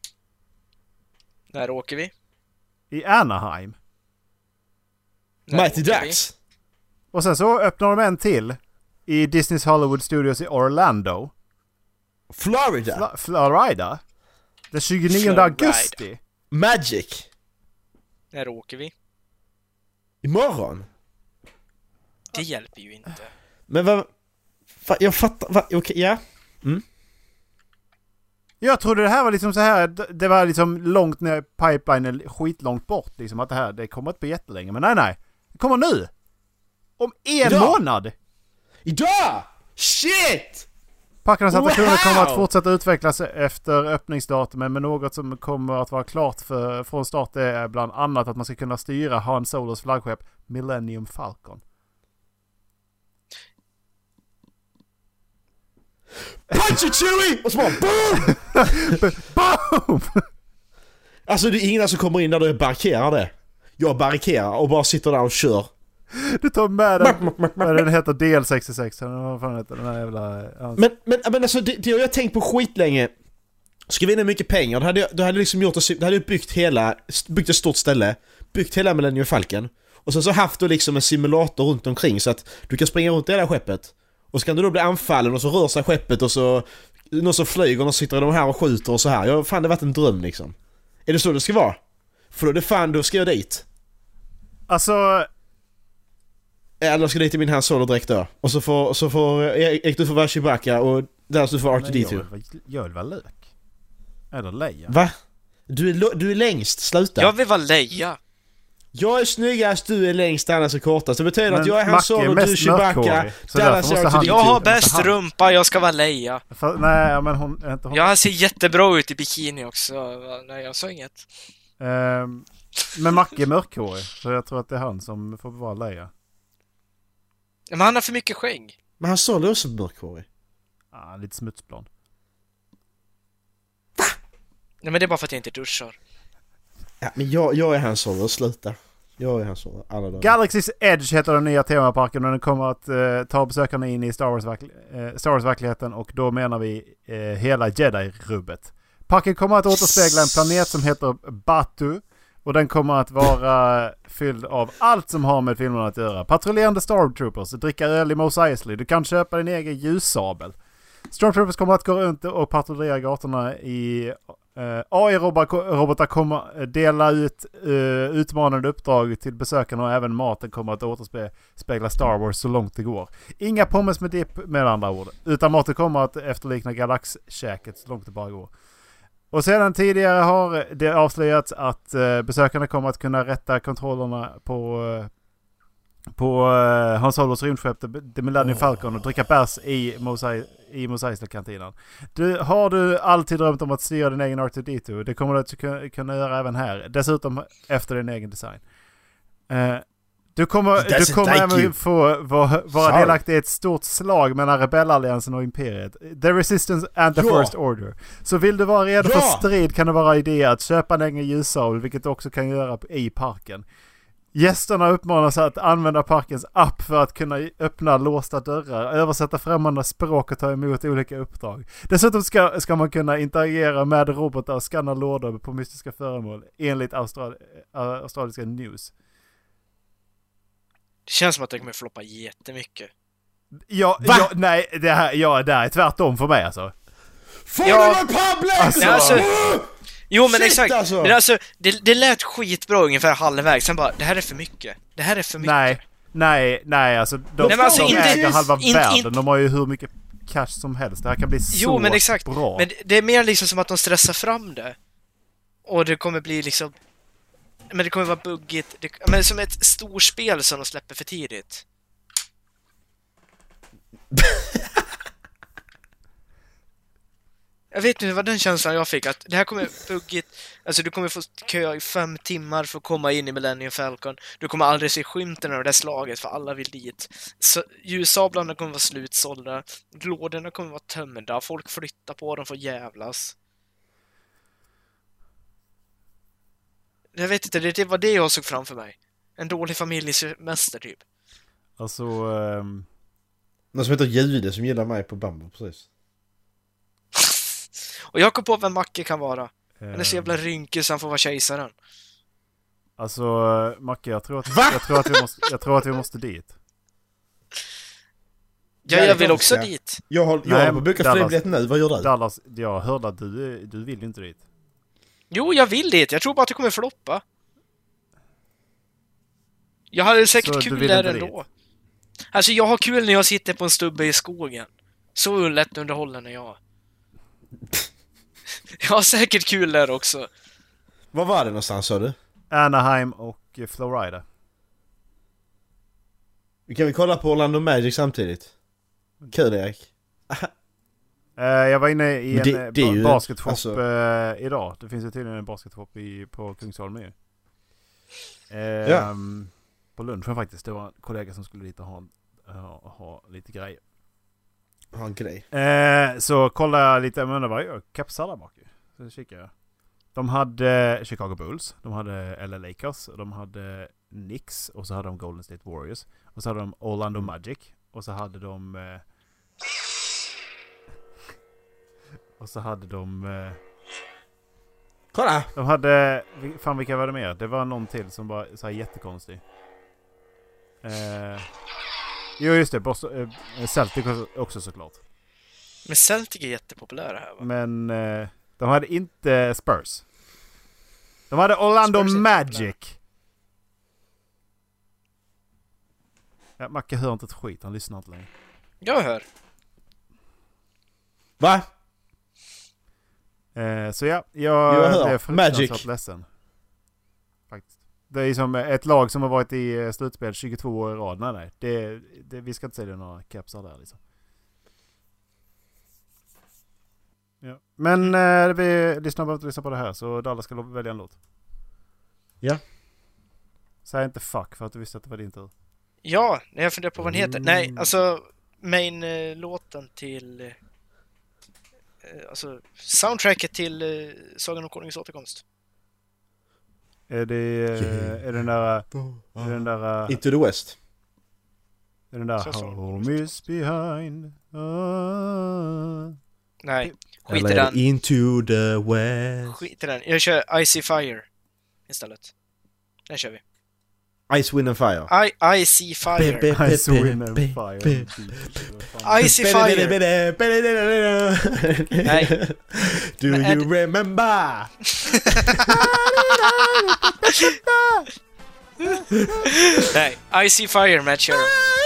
S3: När åker vi?
S2: I Anaheim.
S4: Mighty Ducks.
S2: Och sen så öppnar de en till i Disney's Hollywood Studios i Orlando.
S4: Florida.
S2: Florida. Den 29 augusti.
S4: Magic.
S3: När åker vi?
S4: Imorgon.
S3: Det hjälper ju inte.
S4: Men vad... Jag fattar... Okej, ja. Mm.
S2: Jag trodde det här var liksom så här. Det var liksom långt ner pipelinen, skitlångt bort. Liksom att det kommer inte på jättelänge. Men nej. Det kommer nu. Om en månad.
S4: Idag! Shit!
S2: Parkernas attraktioner kommer att fortsätta utvecklas efter öppningsdatumen, men något som kommer att vara klart från start är bland annat att man ska kunna styra Han Solos flaggskepp Millennium Falcon.
S4: Punch it, Chewie! Och så bara boom!
S2: Boom!
S4: Alltså det är ingen som kommer in där du barrikerar det. Jag barrikerar och bara sitter där och kör.
S2: Du tar med den heter DL66. Vad fan heter den här jävla...
S4: Men alltså det har jag tänkt på skitlänge. Ska vi vinna mycket pengar, då hade liksom gjort det, hade byggt ett stort ställe, byggt hela Millennium Falcon och så haft då liksom en simulator runt omkring så att du kan springa runt i hela skeppet. Och så kan du då bli anfallen och så rör sig skeppet och så någon som flyger och någon sitter de här och skjuter och så här. Ja, fan det har varit en dröm liksom. Är det så det ska vara? För då är det fan, då ska jag dit.
S2: Alltså...
S4: Eller ska dit i min Han Solo direkt då. Och så får Erik du får vara Chewbacca och där så får R2D2.
S2: Jag vill vara Lök. Eller Leia.
S4: Va? Du är längst, sluta.
S3: Jag vill vara Leia.
S4: Jag är snyggast, du är längst, annars är kortast. Det betyder att jag är Han Solo, du är Chewbacca.
S3: Jag har bäst rumpa, jag ska vara Leia.
S2: Nej, men hon är inte hon.
S3: Jag ser jättebra ut i bikini också. Nej, jag sa inget.
S2: Men Macke är mörkhårig, så jag tror att det är han som får vara Leia.
S3: Men han har för mycket skägg.
S4: Men Han Solo är också mörkhårig.
S2: Ja, lite smutsblond.
S4: Va?
S3: Nej, men det är bara för att jag inte duschar.
S4: Ja, men jag är Han Solo, sluta. Jag är Han Solo, alla dagar.
S2: Galaxy's Edge heter den nya temaparken och den kommer att ta besökarna in i Star Wars-verkligheten och då menar vi hela Jedi-rubbet. Parken kommer att återspegla en planet som heter Batu och den kommer att vara fylld av allt som har med filmerna att göra. Patrullerande Stormtroopers, dricka öl i Mos Eisley, du kan köpa din egen ljussabel. Stormtroopers kommer att gå runt och patrullera gatorna i AI-robotar kommer dela ut utmanande uppdrag till besökarna och även maten kommer att återspegla Star Wars så långt det går. Inga pommes med dipp med andra ord, utan maten kommer att efterlikna galaxkäket så långt det bara går. Och sedan tidigare har det avslöjats att besökarna kommer att kunna rätta kontrollerna på Han Solos rymdskepp The Millennium Falcon och dricka bärs i Mos Eisley-kantinan. Har du alltid drömt om att styra din egen R2D2? Det kommer du att kunna göra även här. Dessutom efter din egen design. Du kommer även få vara delaktig i ett stort slag mellan rebellalliansen och imperiet. The Resistance and the First Order. Så vill du vara redo för strid kan det vara idé att köpa en egen ljussabel, vilket du också kan göra i parken. Gästerna uppmanas att använda parkens app för att kunna öppna låsta dörrar, översätta främmande språk och ta emot olika uppdrag. Dessutom ska man kunna interagera med robotar och scanna lådor på mystiska föremål enligt australiska news.
S3: Det känns som att det kommer floppa jättemycket.
S2: Nej, det är tvärtom för mig alltså.
S3: Jo men exakt. Alltså. Men alltså, det lät skitbra ungefär halvvägs. Sen bara, det här är för mycket. Det här är för mycket. Nej, alltså de äger halva världen. De har ju hur mycket cash som helst. Det här kan bli så men exakt.
S2: bra.
S3: Men det är mer liksom som att de stressar fram det. Och det kommer bli liksom... Men det kommer vara buggigt. Men som ett storspel som de släpper för tidigt. Jag vet inte vad den känslan jag fick, att det här kommer buggigt. Alltså du kommer få köa i 5 timmar för att komma in i Millennium Falcon. Du kommer aldrig se skymten av det slaget för alla vill dit. Så ljussablarna kommer vara slutsålda. Lådorna kommer vara tömda. Folk flyttar på dem för jävlas. Jag vet inte, det var det jag såg framför mig. En dålig familjesemester typ.
S2: Alltså...
S4: Någon som heter Jude som gillar mig på Bumble, precis.
S3: Och jag kom på vem Macke kan vara. Han är så jävla rynkig så han får vara kejsaren.
S2: Alltså, Macke, jag tror att vi måste dit.
S3: Ja, jag vill också dit.
S4: Jag har bokat flygbiljett nu, vad gör du?
S2: Dallas, jag hörde att du vill inte dit.
S3: Jo, jag vill dit. Jag tror bara att det kommer floppa. Jag hade säkert kul där ändå. Alltså, jag har kul när jag sitter på en stubbe i skogen. Så lätt underhållande jag. Jag har säkert kul där också.
S4: Vad var det någonstans, sa du?
S2: Anaheim och Florida.
S4: Kan vi kolla på Orlando Magic samtidigt? Kul, Erik.
S2: Jag var inne i en basketshop
S4: alltså...
S2: idag. Det finns ju tydligen en basketshop på Kungsholmen ju. På lunchen faktiskt. Det var en kollega som skulle dit och ha lite grejer.
S4: Ha en grej.
S2: Så kollade jag lite, men det var ju kapsar bak ju. Så kikade jag. De hade Chicago Bulls, de hade LA Lakers, de hade Knicks och så hade de Golden State Warriors och så hade de Orlando Magic och så hade de
S4: kolla!
S2: De hade fan, vilka var det mer? Det var någon till som var så här jättekonstig. Jo just det, Celtic också såklart.
S3: Men Celtic är jättepopulära här va?
S2: Men de hade inte Spurs. De hade Orlando Magic. Ja, Macke hör inte ett skit, han lyssnar inte längre.
S3: Jag hör.
S4: Va?
S2: Så ja, jag är
S4: fruktansvärt
S2: ledsen. Faktiskt. Det är som ett lag som har varit i slutspel 22 år i rad. Nej. Vi ska inte säga några kapsar där liksom. Ja. Men vi lyssnar på det här så Dallas ska välja en låt.
S4: Ja.
S2: Säg inte fuck för att du visste att det var din tur.
S3: Ja, jag funderar på vad den heter. Nej, alltså main-låten till alltså soundtracket till Sagan om Konungens återkomst.
S2: Är den där
S4: Into the West.
S2: Är den där Home is behind?
S3: Nej, skit i den.
S4: Into the West.
S3: Skit i den. Jag kör Icy Fire istället. Den kör vi.
S4: Ice, Wind and Fire.
S3: Icy Fire.
S2: Ice, Wind and Fire.
S3: Icy Fire. Nej.
S4: Do you remember?
S3: Nej, Icy Fire med Cher.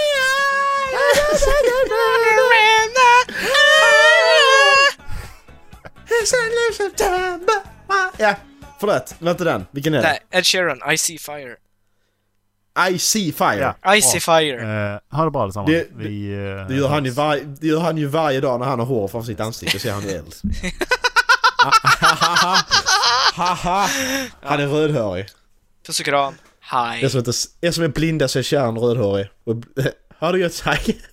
S4: Ja, förlåt. Vad är den? Vilken är det?
S3: Nej, Ed Sheeran, Icy Fire.
S4: I see fire.
S3: Ja. Icy Fire.
S2: Ha det bra allesammans.
S4: Det gör han ju varje dag när han har hår från sitt ansikte, så är han ju eld. Han är rödhårig.
S3: Puss och kram. Hej.
S4: Det är som en blinda så är kärn rödhårig. Har du gjort sig?